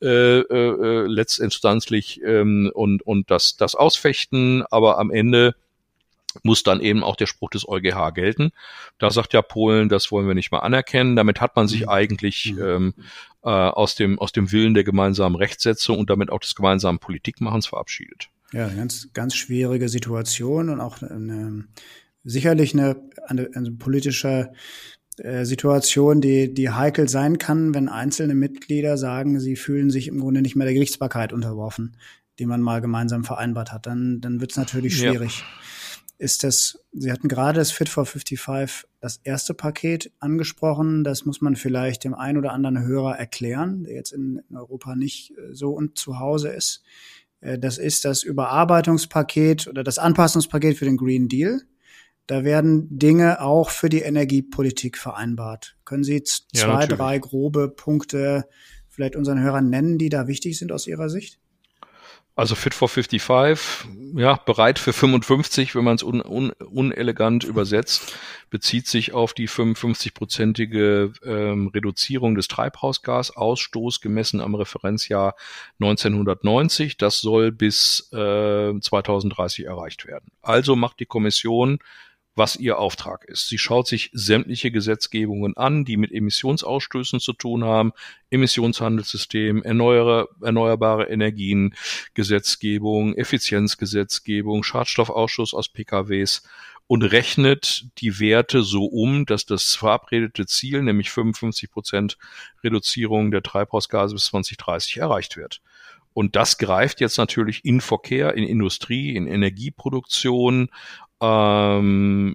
letztinstanzlich, und das ausfechten. Aber am Ende muss dann eben auch der Spruch des EuGH gelten. Da sagt ja Polen, das wollen wir nicht mal anerkennen. Damit hat man sich eigentlich aus dem Willen der gemeinsamen Rechtsetzung und damit auch des gemeinsamen Politikmachens verabschiedet. Ja, eine ganz schwierige Situation und auch sicherlich eine politische Situation, die heikel sein kann, wenn einzelne Mitglieder sagen, sie fühlen sich im Grunde nicht mehr der Gerichtsbarkeit unterworfen, die man mal gemeinsam vereinbart hat. Dann wird es natürlich schwierig. Ja. Sie hatten gerade das Fit for 55, das erste Paket angesprochen. Das muss man vielleicht dem einen oder anderen Hörer erklären, der jetzt in Europa nicht so und zu Hause ist. Das ist das Überarbeitungspaket oder das Anpassungspaket für den Green Deal. Da werden Dinge auch für die Energiepolitik vereinbart. Können Sie zwei, drei grobe Punkte vielleicht unseren Hörern nennen, die da wichtig sind aus Ihrer Sicht? Also Fit for 55, ja, bereit für 55, wenn man es unelegant übersetzt, bezieht sich auf die 55-prozentige Reduzierung des Treibhausgasausstoßes gemessen am Referenzjahr 1990. Das soll bis 2030 erreicht werden. Also macht die Kommission, was ihr Auftrag ist. Sie schaut sich sämtliche Gesetzgebungen an, die mit Emissionsausstößen zu tun haben, Emissionshandelssystem, erneuerbare Energien, Gesetzgebung, Effizienzgesetzgebung, Schadstoffausstoß aus PKWs und rechnet die Werte so um, dass das verabredete Ziel, nämlich 55% Reduzierung der Treibhausgase bis 2030 erreicht wird. Und das greift jetzt natürlich in Verkehr, in Industrie, in Energieproduktion, in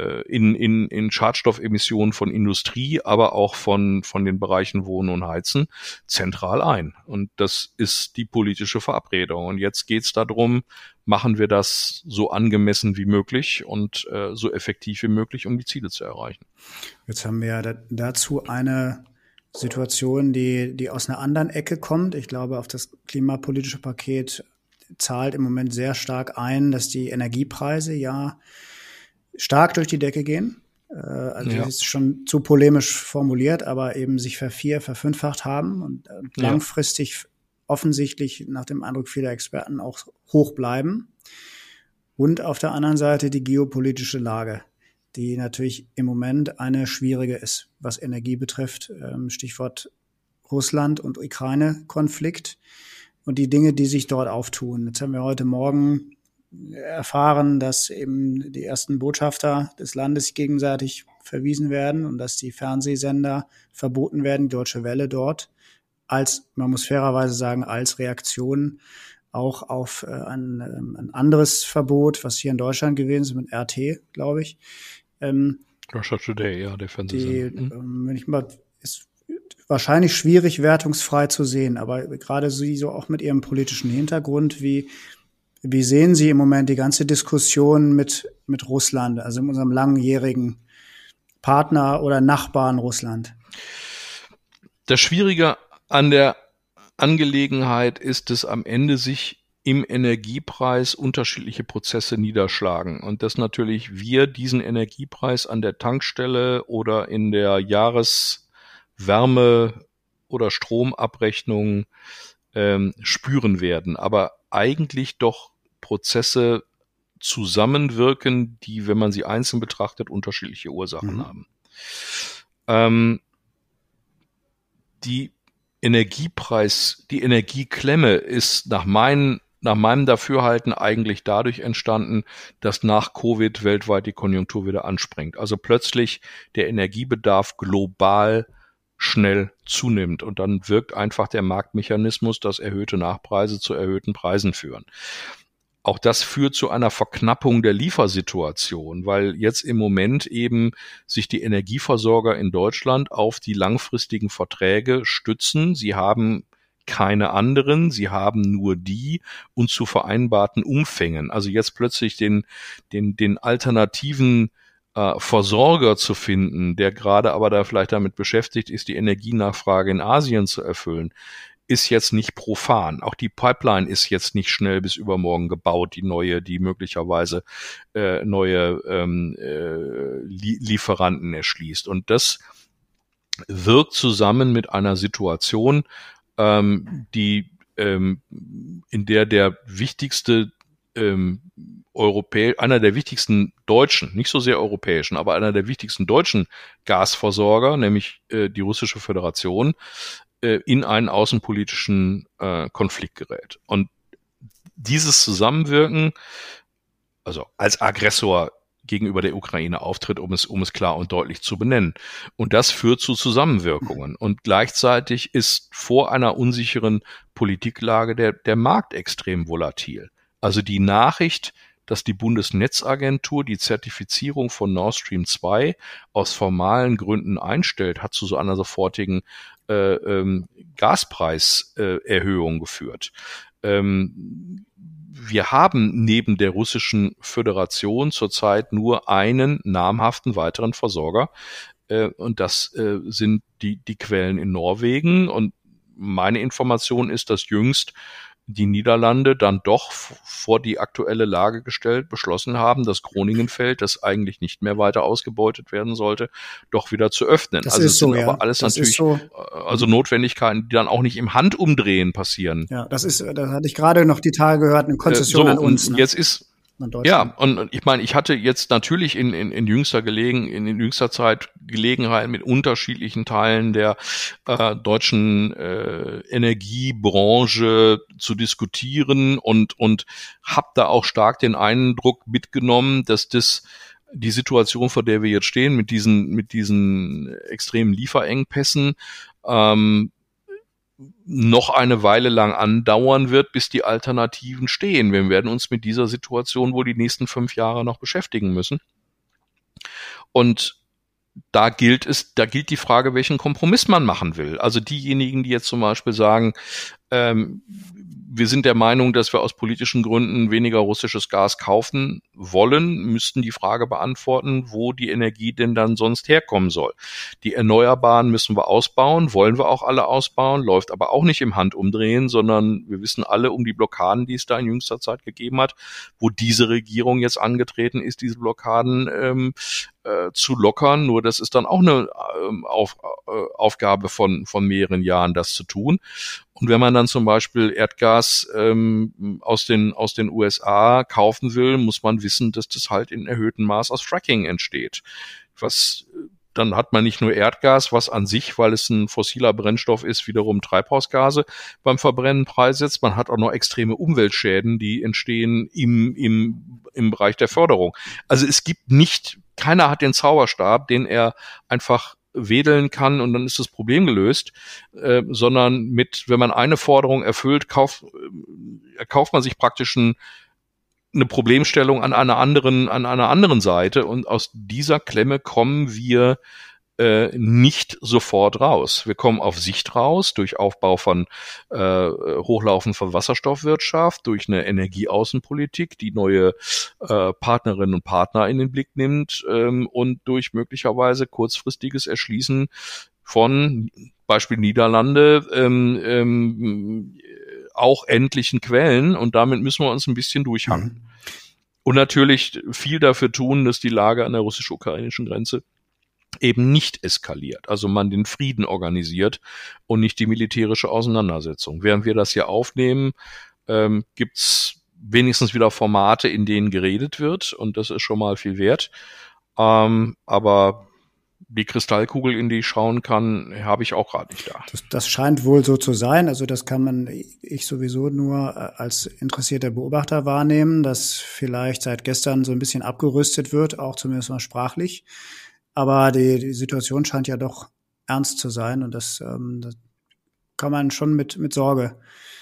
Schadstoffemissionen von Industrie, aber auch von den Bereichen Wohnen und Heizen zentral ein. Und das ist die politische Verabredung. Und jetzt geht es darum, machen wir das so angemessen wie möglich und so effektiv wie möglich, um die Ziele zu erreichen. Jetzt haben wir dazu eine Situation, die aus einer anderen Ecke kommt. Ich glaube, auf das klimapolitische Paket zahlt im Moment sehr stark ein, dass die Energiepreise ja stark durch die Decke gehen. Das ist schon zu polemisch formuliert, aber eben sich verfünffacht haben und langfristig offensichtlich nach dem Eindruck vieler Experten auch hoch bleiben. Und auf der anderen Seite die geopolitische Lage, die natürlich im Moment eine schwierige ist, was Energie betrifft. Stichwort Russland- und Ukraine-Konflikt. Und die Dinge, die sich dort auftun. Jetzt haben wir heute Morgen erfahren, dass eben die ersten Botschafter des Landes gegenseitig verwiesen werden und dass die Fernsehsender verboten werden, die Deutsche Welle dort, man muss fairerweise sagen, als Reaktion auch auf ein anderes Verbot, was hier in Deutschland gewesen ist, mit RT, glaube ich. Russia Today, ja, der Fernsehsender. Ist wahrscheinlich schwierig, wertungsfrei zu sehen, aber gerade Sie so auch mit Ihrem politischen Hintergrund, wie sehen Sie im Moment die ganze Diskussion mit Russland, also in unserem langjährigen Partner oder Nachbarn Russland? Das Schwierige an der Angelegenheit ist es am Ende, sich im Energiepreis unterschiedliche Prozesse niederschlagen und dass natürlich wir diesen Energiepreis an der Tankstelle oder in der Jahreswärme- oder Stromabrechnung spüren werden, aber eigentlich doch Prozesse zusammenwirken, die, wenn man sie einzeln betrachtet, unterschiedliche Ursachen haben. Die Energieklemme ist nach meinem Dafürhalten eigentlich dadurch entstanden, dass nach Covid weltweit die Konjunktur wieder anspringt. Also plötzlich der Energiebedarf global schnell zunimmt und dann wirkt einfach der Marktmechanismus, dass erhöhte Nachpreise zu erhöhten Preisen führen. Auch das führt zu einer Verknappung der Liefersituation, weil jetzt im Moment eben sich die Energieversorger in Deutschland auf die langfristigen Verträge stützen. Sie haben keine anderen, sie haben nur die und zu vereinbarten Umfängen. Also jetzt plötzlich den alternativen Versorger zu finden, der gerade aber da vielleicht damit beschäftigt ist, die Energienachfrage in Asien zu erfüllen, ist jetzt nicht profan. Auch die Pipeline ist jetzt nicht schnell bis übermorgen gebaut, die möglicherweise neue Lieferanten erschließt. Und das wirkt zusammen mit einer Situation, in der der wichtigste einer der wichtigsten deutschen, nicht so sehr europäischen, aber einer der wichtigsten deutschen Gasversorger, nämlich die Russische Föderation, in einen außenpolitischen Konflikt gerät. Und dieses Zusammenwirken, also als Aggressor gegenüber der Ukraine auftritt, um es klar und deutlich zu benennen. Und das führt zu Zusammenwirkungen. Und gleichzeitig ist vor einer unsicheren Politiklage der Markt extrem volatil. Also die Nachricht, dass die Bundesnetzagentur die Zertifizierung von Nord Stream 2 aus formalen Gründen einstellt, hat zu so einer sofortigen Gaspreiserhöhung geführt. Wir haben neben der Russischen Föderation zurzeit nur einen namhaften weiteren Versorger, und das sind die Quellen in Norwegen. Und meine Information ist, dass jüngst die Niederlande dann doch vor die aktuelle Lage gestellt beschlossen haben, das Groningenfeld, das eigentlich nicht mehr weiter ausgebeutet werden sollte, doch wieder zu öffnen. Das also ist es sind so, ja. aber alles Das natürlich also Notwendigkeiten, die dann auch nicht im Handumdrehen passieren. Ja, da hatte ich gerade noch die Tage gehört, eine Konzession an uns. Und jetzt ist ja, und ich meine, ich hatte jetzt natürlich in jüngster Zeit Gelegenheit, mit unterschiedlichen Teilen der deutschen Energiebranche zu diskutieren und habe da auch stark den Eindruck mitgenommen, dass die Situation, vor der wir jetzt stehen, mit diesen extremen Lieferengpässen, noch eine Weile lang andauern wird, bis die Alternativen stehen. Wir werden uns mit dieser Situation wohl die nächsten 5 Jahre noch beschäftigen müssen. Und da gilt die Frage, welchen Kompromiss man machen will. Also diejenigen, die jetzt zum Beispiel sagen, wir sind der Meinung, dass wir aus politischen Gründen weniger russisches Gas kaufen wollen, müssten die Frage beantworten, wo die Energie denn dann sonst herkommen soll. Die Erneuerbaren müssen wir ausbauen, wollen wir auch alle ausbauen, läuft aber auch nicht im Handumdrehen, sondern wir wissen alle um die Blockaden, die es da in jüngster Zeit gegeben hat, wo diese Regierung jetzt angetreten ist, diese Blockaden zu lockern. Nur das ist dann auch eine Aufgabe von mehreren Jahren, das zu tun. Und wenn man dann zum Beispiel Erdgas aus den USA kaufen will, muss man wissen, dass das halt in erhöhtem Maß aus Fracking entsteht. Dann hat man nicht nur Erdgas, was an sich, weil es ein fossiler Brennstoff ist, wiederum Treibhausgase beim Verbrennen freisetzt. Man hat auch noch extreme Umweltschäden, die entstehen im Bereich der Förderung. Also keiner hat den Zauberstab, den er einfach wedeln kann und dann ist das Problem gelöst, sondern wenn man eine Forderung erfüllt, kauft man sich praktisch eine Problemstellung an einer anderen Seite, und aus dieser Klemme kommen wir nicht sofort raus. Wir kommen auf Sicht raus durch Aufbau von Hochlaufen von Wasserstoffwirtschaft, durch eine Energieaußenpolitik, die neue Partnerinnen und Partner in den Blick nimmt, und durch möglicherweise kurzfristiges Erschließen von Beispiel Niederlande auch endlichen Quellen und damit müssen wir uns ein bisschen durchhangen. Und natürlich viel dafür tun, dass die Lage an der russisch-ukrainischen Grenze eben nicht eskaliert, also man den Frieden organisiert und nicht die militärische Auseinandersetzung. Während wir das hier aufnehmen, gibt's wenigstens wieder Formate, in denen geredet wird und das ist schon mal viel wert. Aber die Kristallkugel, in die ich schauen kann, habe ich auch gerade nicht da. Das scheint wohl so zu sein. Also das kann ich sowieso nur als interessierter Beobachter wahrnehmen, dass vielleicht seit gestern so ein bisschen abgerüstet wird, auch zumindest mal sprachlich. Aber die Situation scheint ja doch ernst zu sein und das kann man schon mit Sorge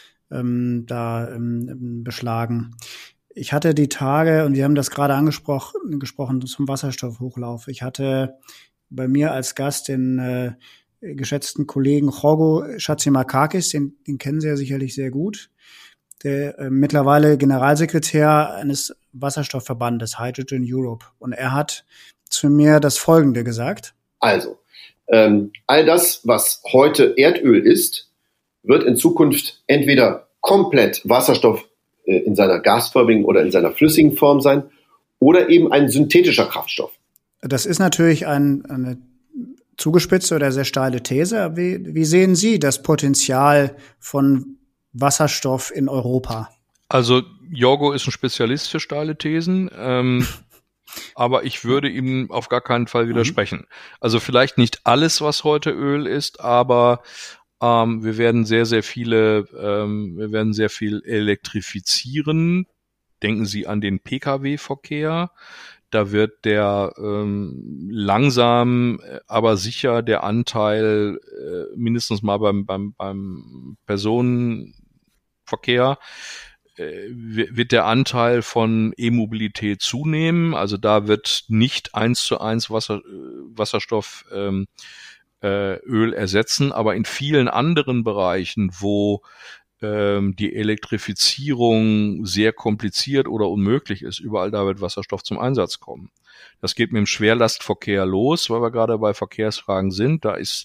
beschlagen. Ich hatte die Tage, und wir haben das gerade gesprochen zum Wasserstoffhochlauf. Ich hatte bei mir als Gast den geschätzten Kollegen Jorgo Chatzimarkakis, den kennen Sie ja sicherlich sehr gut, der mittlerweile Generalsekretär eines Wasserstoffverbandes, Hydrogen Europe. Und er hat zu mir das Folgende gesagt. Also, all das, was heute Erdöl ist, wird in Zukunft entweder komplett Wasserstoff in seiner gasförmigen oder in seiner flüssigen Form sein oder eben ein synthetischer Kraftstoff. Das ist natürlich eine zugespitzte oder sehr steile These. Wie sehen Sie das Potenzial von Wasserstoff in Europa? Also Jorgo ist ein Spezialist für steile Thesen, aber ich würde ihm auf gar keinen Fall widersprechen. Also vielleicht nicht alles, was heute Öl ist, aber wir werden sehr viel elektrifizieren. Denken Sie an den Pkw-Verkehr. Da wird der langsam, aber sicher der Anteil mindestens mal beim Personenverkehr wird der Anteil von E-Mobilität zunehmen. Also da wird nicht 1:1 Wasserstoff Öl ersetzen, aber in vielen anderen Bereichen, wo die Elektrifizierung sehr kompliziert oder unmöglich ist, überall da wird Wasserstoff zum Einsatz kommen. Das geht mit dem Schwerlastverkehr los, weil wir gerade bei Verkehrsfragen sind. Da ist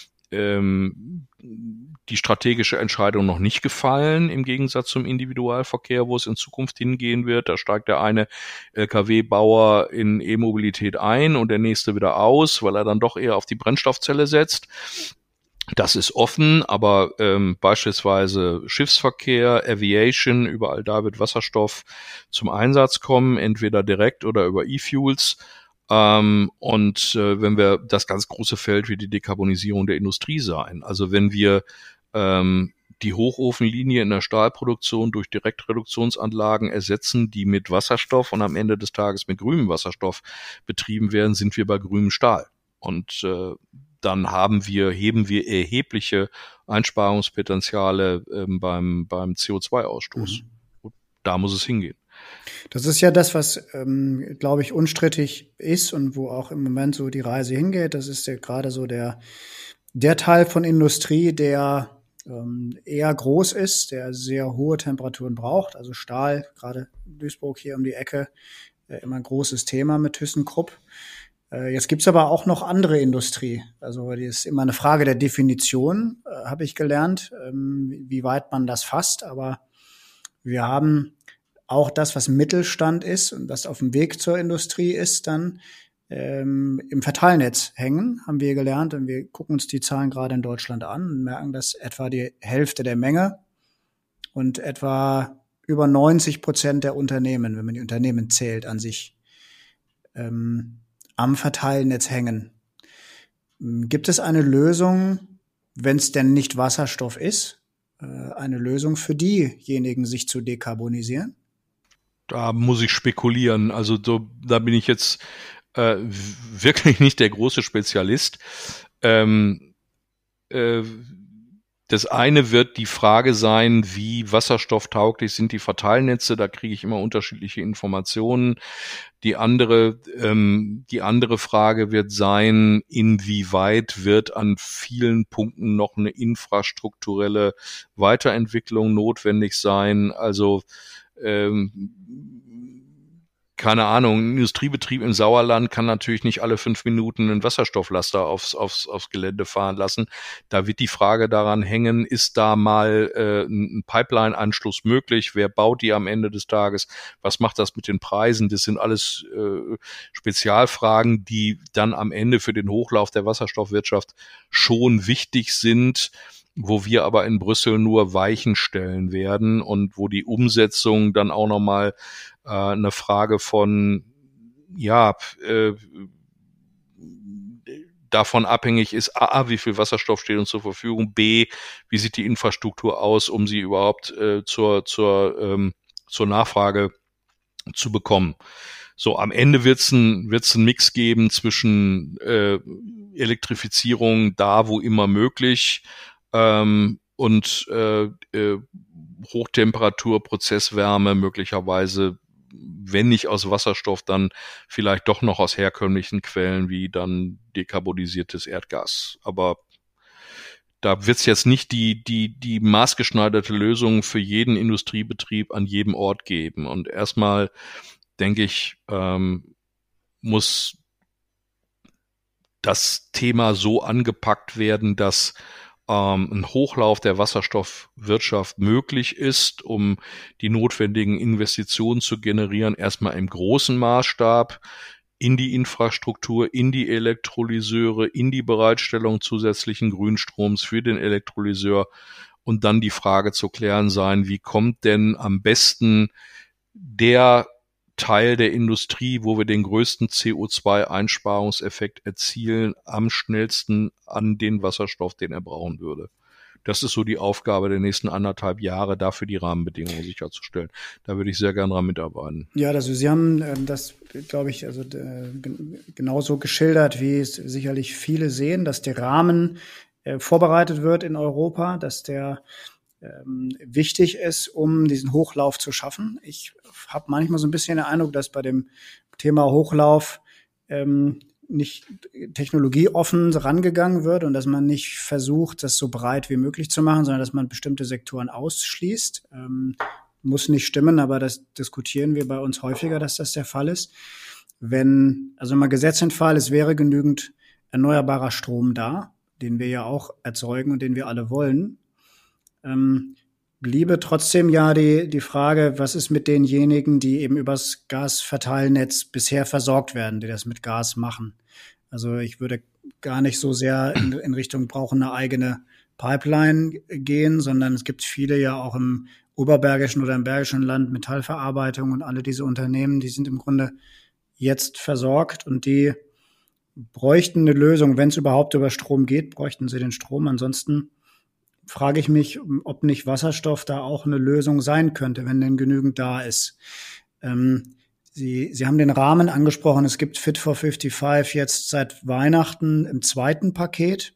die strategische Entscheidung noch nicht gefallen, im Gegensatz zum Individualverkehr, wo es in Zukunft hingehen wird. Da steigt der eine Lkw-Bauer in E-Mobilität ein und der nächste wieder aus, weil er dann doch eher auf die Brennstoffzelle setzt. Das ist offen, aber beispielsweise Schiffsverkehr, Aviation, überall da wird Wasserstoff zum Einsatz kommen, entweder direkt oder über E-Fuels. Wenn wir das ganz große Feld wie die Dekarbonisierung der Industrie sein, also wenn wir die Hochofenlinie in der Stahlproduktion durch Direktreduktionsanlagen ersetzen, die mit Wasserstoff und am Ende des Tages mit grünem Wasserstoff betrieben werden, sind wir bei grünem Stahl. Und dann heben wir erhebliche Einsparungspotenziale beim CO2-Ausstoß. Und da muss es hingehen. Das ist ja das, was, glaube ich, unstrittig ist und wo auch im Moment so die Reise hingeht. Das ist ja gerade so der Teil von Industrie, der eher groß ist, der sehr hohe Temperaturen braucht. Also Stahl, gerade Duisburg hier um die Ecke, immer ein großes Thema mit ThyssenKrupp. Jetzt gibt's aber auch noch andere Industrie. Also die ist immer eine Frage der Definition, habe ich gelernt, wie weit man das fasst. Aber wir haben auch das, was Mittelstand ist und was auf dem Weg zur Industrie ist, dann im Verteilnetz hängen, haben wir gelernt. Und wir gucken uns die Zahlen gerade in Deutschland an und merken, dass etwa die Hälfte der Menge und etwa über 90% der Unternehmen, wenn man die Unternehmen zählt, an sich am Verteilnetz hängen. Gibt es eine Lösung, wenn es denn nicht Wasserstoff ist, eine Lösung für diejenigen, sich zu dekarbonisieren? Da muss ich spekulieren. Also da bin ich jetzt wirklich nicht der große Spezialist. Das eine wird die Frage sein, wie wasserstofftauglich sind die Verteilnetze. Da kriege ich immer unterschiedliche Informationen. Die andere Frage wird sein, inwieweit wird an vielen Punkten noch eine infrastrukturelle Weiterentwicklung notwendig sein. Also keine Ahnung, ein Industriebetrieb im Sauerland kann natürlich nicht alle 5 Minuten einen Wasserstofflaster aufs Gelände fahren lassen. Da wird die Frage daran hängen, ist da mal ein Pipeline-Anschluss möglich? Wer baut die am Ende des Tages? Was macht das mit den Preisen? Das sind alles Spezialfragen, die dann am Ende für den Hochlauf der Wasserstoffwirtschaft schon wichtig sind, wo wir aber in Brüssel nur Weichen stellen werden und wo die Umsetzung dann auch nochmal eine Frage von, davon abhängig ist, A, wie viel Wasserstoff steht uns zur Verfügung, B, wie sieht die Infrastruktur aus, um sie überhaupt zur Nachfrage zu bekommen. So, am Ende wird's ein Mix geben zwischen Elektrifizierung da, wo immer möglich, und Hochtemperatur, Prozesswärme möglicherweise, wenn nicht aus Wasserstoff, dann vielleicht doch noch aus herkömmlichen Quellen wie dann dekarbonisiertes Erdgas. Aber da wird's jetzt nicht die maßgeschneiderte Lösung für jeden Industriebetrieb an jedem Ort geben. Und erstmal, denke ich, muss das Thema so angepackt werden, dass ein Hochlauf der Wasserstoffwirtschaft möglich ist, um die notwendigen Investitionen zu generieren, erstmal im großen Maßstab in die Infrastruktur, in die Elektrolyseure, in die Bereitstellung zusätzlichen Grünstroms für den Elektrolyseur und dann die Frage zu klären sein, wie kommt denn am besten der Teil der Industrie, wo wir den größten CO2-Einsparungseffekt erzielen, am schnellsten an den Wasserstoff, den er brauchen würde. Das ist so die Aufgabe der nächsten 1,5 Jahre, dafür die Rahmenbedingungen sicherzustellen. Da würde ich sehr gerne dran mitarbeiten. Ja, also Sie haben das, glaube ich, genauso geschildert, wie es sicherlich viele sehen, dass der Rahmen vorbereitet wird in Europa, dass der wichtig ist, um diesen Hochlauf zu schaffen. Ich habe manchmal so ein bisschen den Eindruck, dass bei dem Thema Hochlauf nicht technologieoffen rangegangen wird und dass man nicht versucht, das so breit wie möglich zu machen, sondern dass man bestimmte Sektoren ausschließt. Muss nicht stimmen, aber das diskutieren wir bei uns häufiger, dass das der Fall ist. Wenn mal Gesetzentfall, es wäre genügend erneuerbarer Strom da, den wir ja auch erzeugen und den wir alle wollen, bliebe trotzdem ja die Frage, was ist mit denjenigen, die eben übers Gasverteilnetz bisher versorgt werden, die das mit Gas machen. Also ich würde gar nicht so sehr in Richtung brauchen eine eigene Pipeline gehen, sondern es gibt viele ja auch im oberbergischen oder im bergischen Land, Metallverarbeitung und alle diese Unternehmen, die sind im Grunde jetzt versorgt und die bräuchten eine Lösung, wenn es überhaupt über Strom geht, bräuchten sie den Strom. Ansonsten frage ich mich, ob nicht Wasserstoff da auch eine Lösung sein könnte, wenn denn genügend da ist. Sie haben den Rahmen angesprochen. Es gibt Fit for 55 jetzt seit Weihnachten im 2. Paket.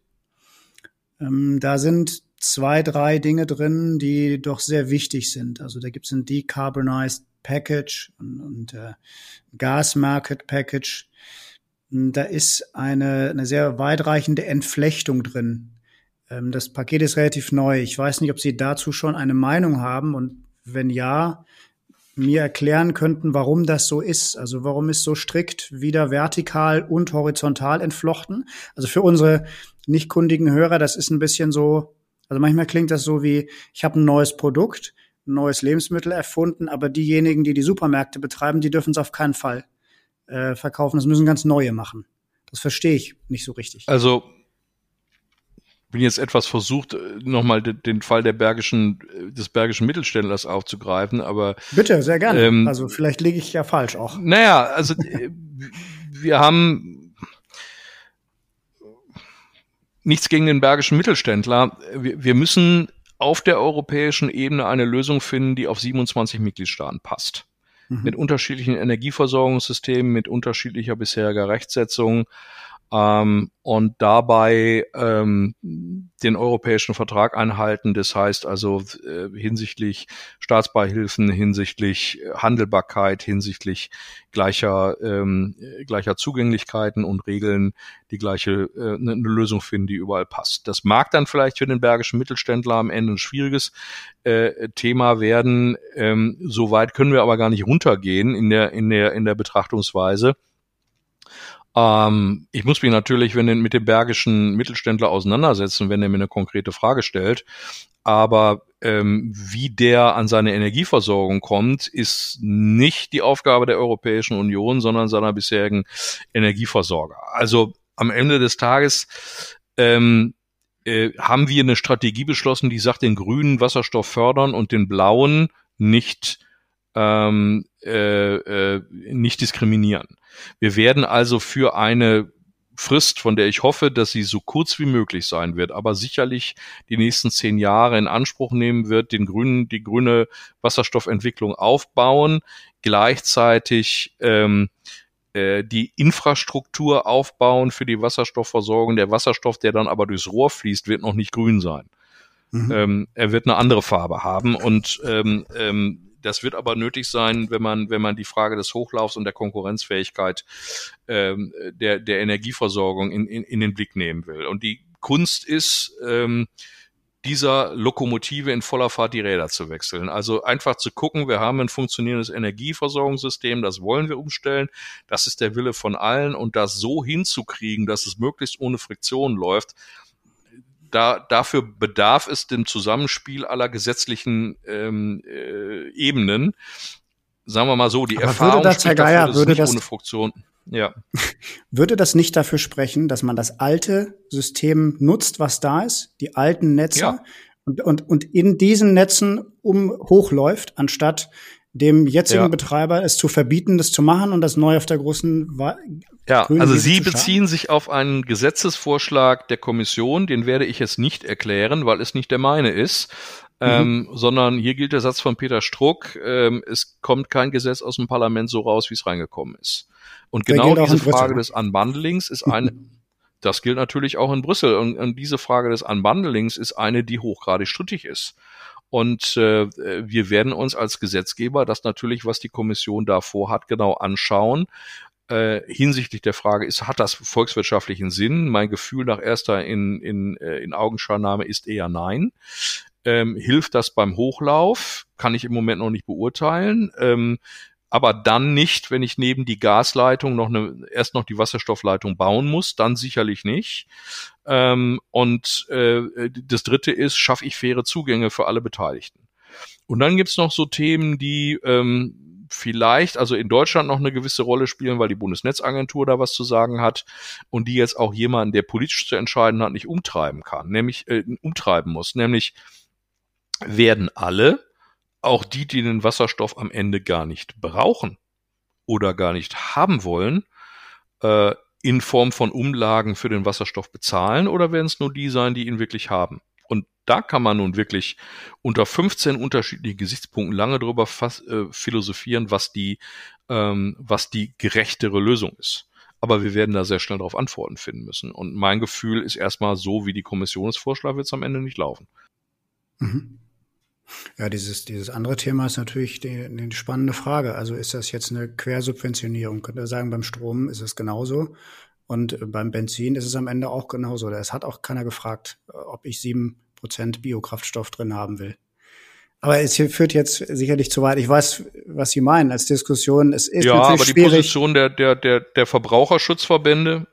Da sind 2, 3 Dinge drin, die doch sehr wichtig sind. Also da gibt es ein Decarbonized Package und Gas Market Package. Da ist eine sehr weitreichende Entflechtung drin. Das Paket ist relativ neu. Ich weiß nicht, ob Sie dazu schon eine Meinung haben und wenn ja, mir erklären könnten, warum das so ist. Also warum ist so strikt wieder vertikal und horizontal entflochten? Also für unsere nicht kundigen Hörer, das ist ein bisschen so, also manchmal klingt das so wie, ich habe ein neues Produkt, ein neues Lebensmittel erfunden, aber diejenigen, die die Supermärkte betreiben, die dürfen es auf keinen Fall verkaufen. Das müssen ganz neue machen. Das verstehe ich nicht so richtig. Also bin jetzt etwas versucht, nochmal den Fall des bergischen Mittelständlers aufzugreifen, aber bitte, sehr gerne. Also vielleicht liege ich ja falsch auch. Naja, also wir haben nichts gegen den bergischen Mittelständler. Wir müssen auf der europäischen Ebene eine Lösung finden, die auf 27 Mitgliedstaaten passt. Mit unterschiedlichen Energieversorgungssystemen, mit unterschiedlicher bisheriger Rechtsetzung. und dabei den europäischen Vertrag einhalten. Das heißt also hinsichtlich Staatsbeihilfen, hinsichtlich Handelbarkeit, hinsichtlich gleicher Zugänglichkeiten und Regeln die gleiche eine Lösung finden, die überall passt. Das mag dann vielleicht für den bergischen Mittelständler am Ende ein schwieriges Thema werden. So weit können wir aber gar nicht runtergehen in der Betrachtungsweise. Ich muss mich natürlich mit dem bergischen Mittelständler auseinandersetzen, wenn er mir eine konkrete Frage stellt. Aber wie der an seine Energieversorgung kommt, ist nicht die Aufgabe der Europäischen Union, sondern seiner bisherigen Energieversorger. Also am Ende des Tages haben wir eine Strategie beschlossen, die sagt, den grünen Wasserstoff fördern und den blauen nicht diskriminieren. Wir werden also für eine Frist, von der ich hoffe, dass sie so kurz wie möglich sein wird, aber sicherlich die nächsten 10 Jahre in Anspruch nehmen wird, die grüne Wasserstoffentwicklung aufbauen, gleichzeitig die Infrastruktur aufbauen für die Wasserstoffversorgung. Der Wasserstoff, der dann aber durchs Rohr fließt, wird noch nicht grün sein. Mhm. Er wird eine andere Farbe haben und das wird aber nötig sein, wenn man die Frage des Hochlaufs und der Konkurrenzfähigkeit der Energieversorgung in den Blick nehmen will. Und die Kunst ist, dieser Lokomotive in voller Fahrt die Räder zu wechseln. Also einfach zu gucken, wir haben ein funktionierendes Energieversorgungssystem, das wollen wir umstellen, das ist der Wille von allen und das so hinzukriegen, dass es möglichst ohne Friktion läuft. Dafür bedarf es dem Zusammenspiel aller gesetzlichen Ebenen. Sagen wir mal so, die Erfahrung spielt dafür, dass es nicht ohne Funktion. Ja. Würde das nicht dafür sprechen, dass man das alte System nutzt, was da ist, die alten Netze, und in diesen Netzen hochläuft, anstatt dem jetzigen Betreiber es zu verbieten, das zu machen und das neu auf der großen also Sie beziehen sich auf einen Gesetzesvorschlag der Kommission, den werde ich jetzt nicht erklären, weil es nicht der meine ist, sondern hier gilt der Satz von Peter Struck, es kommt kein Gesetz aus dem Parlament so raus, wie es reingekommen ist. Und genau diese Frage des Unbundlings ist das gilt natürlich auch in Brüssel, und diese Frage des Unbundlings ist eine, die hochgradig strittig ist. Und wir werden uns als Gesetzgeber das natürlich, was die Kommission da vorhat, genau anschauen. Hinsichtlich der Frage hat das volkswirtschaftlichen Sinn? Mein Gefühl nach erster in Augenscheinnahme ist eher nein. Hilft das beim Hochlauf? Kann ich im Moment noch nicht beurteilen. Aber dann nicht, wenn ich neben die Gasleitung erst noch die Wasserstoffleitung bauen muss, dann sicherlich nicht. Und das Dritte ist, schaffe ich faire Zugänge für alle Beteiligten. Und dann gibt's noch so Themen, die vielleicht, also in Deutschland noch eine gewisse Rolle spielen, weil die Bundesnetzagentur da was zu sagen hat und die jetzt auch jemanden, der politisch zu entscheiden hat, nicht umtreiben muss. Nämlich werden alle, auch die den Wasserstoff am Ende gar nicht brauchen oder gar nicht haben wollen, in Form von Umlagen für den Wasserstoff bezahlen, oder werden es nur die sein, die ihn wirklich haben? Und da kann man nun wirklich unter 15 unterschiedlichen Gesichtspunkten lange drüber philosophieren, was die gerechtere Lösung ist. Aber wir werden da sehr schnell darauf Antworten finden müssen. Und mein Gefühl ist erstmal, so wie die Kommission es vorschlägt, wird es am Ende nicht laufen. Mhm. Ja, dieses andere Thema ist natürlich die spannende Frage. Also ist das jetzt eine Quersubventionierung? Könnte man sagen, beim Strom ist es genauso. Und beim Benzin ist es am Ende auch genauso. Es hat auch keiner gefragt, ob ich 7% Biokraftstoff drin haben will. Aber es führt jetzt sicherlich zu weit. Ich weiß, was Sie meinen als Diskussion. Es ist natürlich schwierig. Die Position der Verbraucherschutzverbände,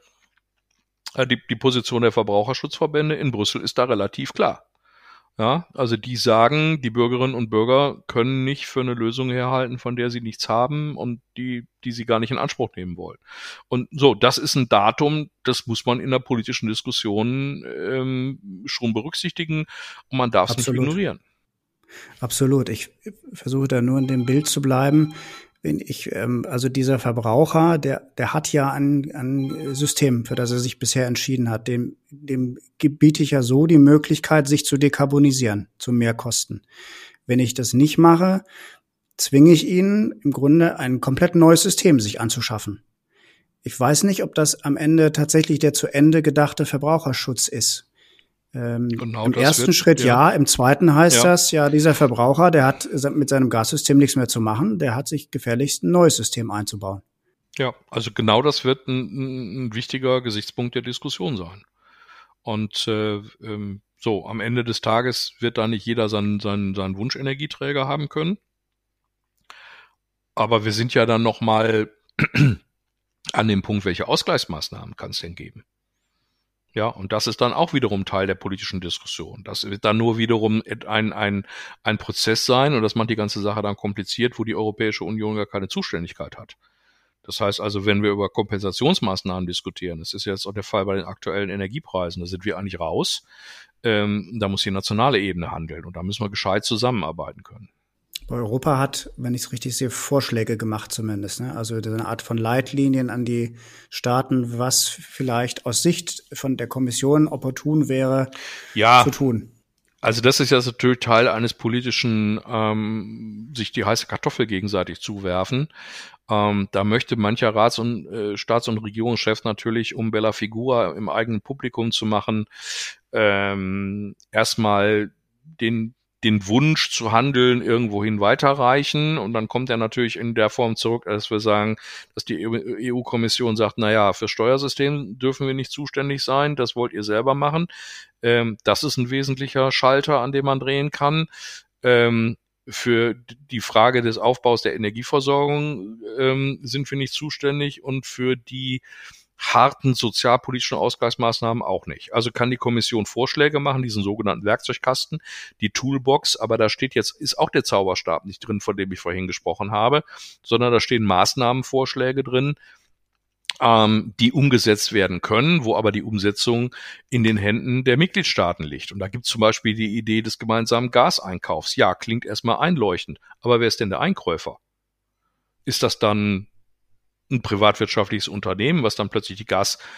die Position der Verbraucherschutzverbände in Brüssel ist da relativ klar. Ja, also die sagen, die Bürgerinnen und Bürger können nicht für eine Lösung herhalten, von der sie nichts haben und die sie gar nicht in Anspruch nehmen wollen. Und so, das ist ein Datum, das muss man in der politischen Diskussion schon berücksichtigen und man darf es nicht ignorieren. Absolut. Ich versuche da nur in dem Bild zu bleiben. Also dieser Verbraucher, der hat ja ein System, für das er sich bisher entschieden hat. Dem biete ich ja so die Möglichkeit, sich zu dekarbonisieren, zu Mehrkosten. Wenn ich das nicht mache, zwinge ich ihn im Grunde ein komplett neues System sich anzuschaffen. Ich weiß nicht, ob das am Ende tatsächlich der zu Ende gedachte Verbraucherschutz ist. Genau, im ersten Schritt ja, im zweiten heißt das, dieser Verbraucher, der hat mit seinem Gassystem nichts mehr zu machen, der hat sich gefährlichst ein neues System einzubauen. Ja, also genau das wird ein wichtiger Gesichtspunkt der Diskussion sein. Und so, am Ende des Tages wird da nicht jeder seinen Wunschenergieträger haben können. Aber wir sind ja dann nochmal an dem Punkt, welche Ausgleichsmaßnahmen kann es denn geben? Ja, und das ist dann auch wiederum Teil der politischen Diskussion. Das wird dann nur wiederum ein Prozess sein, und das macht die ganze Sache dann kompliziert, wo die Europäische Union gar keine Zuständigkeit hat. Das heißt also, wenn wir über Kompensationsmaßnahmen diskutieren, das ist jetzt auch der Fall bei den aktuellen Energiepreisen, da sind wir eigentlich raus. Da muss die nationale Ebene handeln, und da müssen wir gescheit zusammenarbeiten können. Europa hat, wenn ich es richtig sehe, Vorschläge gemacht zumindest, ne? Also eine Art von Leitlinien an die Staaten, was vielleicht aus Sicht von der Kommission opportun wäre, zu tun. Also das ist ja natürlich Teil eines politischen, sich die heiße Kartoffel gegenseitig zuwerfen. Da möchte mancher Staats- und Regierungschef natürlich, um Bella Figura im eigenen Publikum zu machen, erstmal den Wunsch zu handeln irgendwohin weiterreichen, und dann kommt er natürlich in der Form zurück, dass wir sagen, dass die EU-Kommission sagt, naja, für Steuersystem dürfen wir nicht zuständig sein, das wollt ihr selber machen. Das ist ein wesentlicher Schalter, an dem man drehen kann. Für die Frage des Aufbaus der Energieversorgung sind wir nicht zuständig, und für die harten sozialpolitischen Ausgleichsmaßnahmen auch nicht. Also kann die Kommission Vorschläge machen, diesen sogenannten Werkzeugkasten, die Toolbox, aber da ist auch der Zauberstab nicht drin, von dem ich vorhin gesprochen habe, sondern da stehen Maßnahmenvorschläge drin, die umgesetzt werden können, wo aber die Umsetzung in den Händen der Mitgliedstaaten liegt. Und da gibt es zum Beispiel die Idee des gemeinsamen Gaseinkaufs. Ja, klingt erstmal einleuchtend, aber wer ist denn der Einkäufer? Ist das dann ein privatwirtschaftliches Unternehmen, was dann plötzlich die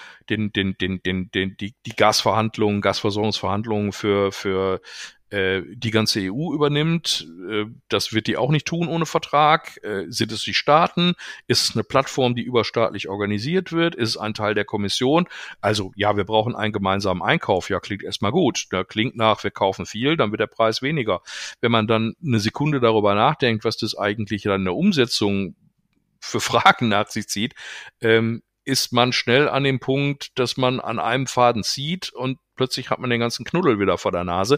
Gasverhandlungen, Gasversorgungsverhandlungen für die ganze EU übernimmt? Das wird die auch nicht tun ohne Vertrag. Sind es die Staaten? Ist es eine Plattform, die überstaatlich organisiert wird? Ist es ein Teil der Kommission? Also ja, wir brauchen einen gemeinsamen Einkauf. Ja, klingt erstmal gut. Da klingt nach, wir kaufen viel, dann wird der Preis weniger. Wenn man dann eine Sekunde darüber nachdenkt, was das eigentlich dann in der Umsetzung für Fragen nach sich zieht, ist man schnell an dem Punkt, dass man an einem Faden zieht und plötzlich hat man den ganzen Knuddel wieder vor der Nase.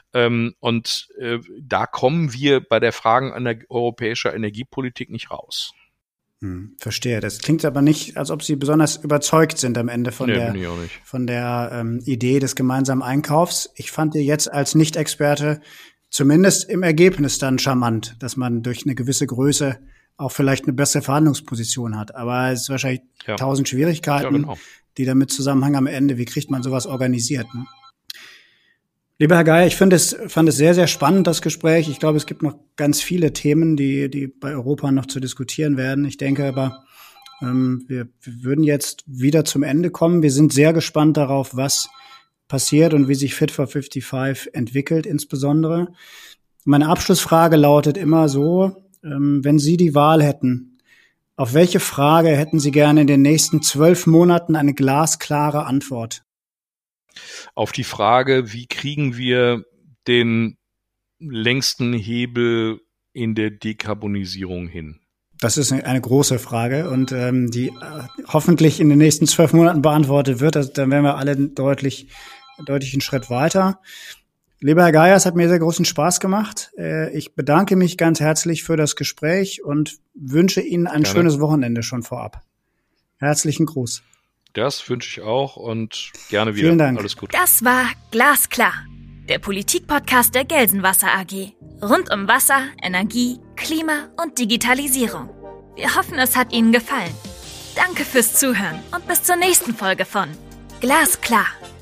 Da kommen wir bei der Frage an der europäischer Energiepolitik nicht raus. Verstehe. Das klingt aber nicht, als ob Sie besonders überzeugt sind am Ende von der Idee des gemeinsamen Einkaufs. Ich fand die jetzt als Nicht-Experte zumindest im Ergebnis dann charmant, dass man durch eine gewisse Größe auch vielleicht eine bessere Verhandlungsposition hat. Aber es ist wahrscheinlich 1000 Schwierigkeiten, die damit zusammenhängen am Ende. Wie kriegt man sowas organisiert? Ne? Lieber Herr Geier, ich fand es sehr, sehr spannend, das Gespräch. Ich glaube, es gibt noch ganz viele Themen, die bei Europa noch zu diskutieren werden. Ich denke aber, wir würden jetzt wieder zum Ende kommen. Wir sind sehr gespannt darauf, was passiert und wie sich Fit for 55 entwickelt insbesondere. Meine Abschlussfrage lautet immer so: Wenn Sie die Wahl hätten, auf welche Frage hätten Sie gerne in den nächsten 12 Monaten eine glasklare Antwort? Auf die Frage, wie kriegen wir den längsten Hebel in der Dekarbonisierung hin? Das ist eine große Frage und die hoffentlich in den nächsten 12 Monaten beantwortet wird. Also, dann wären wir alle deutlich einen Schritt weiter. Lieber Herr Geier, es hat mir sehr großen Spaß gemacht. Ich bedanke mich ganz herzlich für das Gespräch und wünsche Ihnen ein schönes Wochenende schon vorab. Herzlichen Gruß. Das wünsche ich auch und gerne wieder. Vielen Dank. Alles gut. Das war Glasklar, der Politik-Podcast der Gelsenwasser AG. Rund um Wasser, Energie, Klima und Digitalisierung. Wir hoffen, es hat Ihnen gefallen. Danke fürs Zuhören und bis zur nächsten Folge von Glasklar.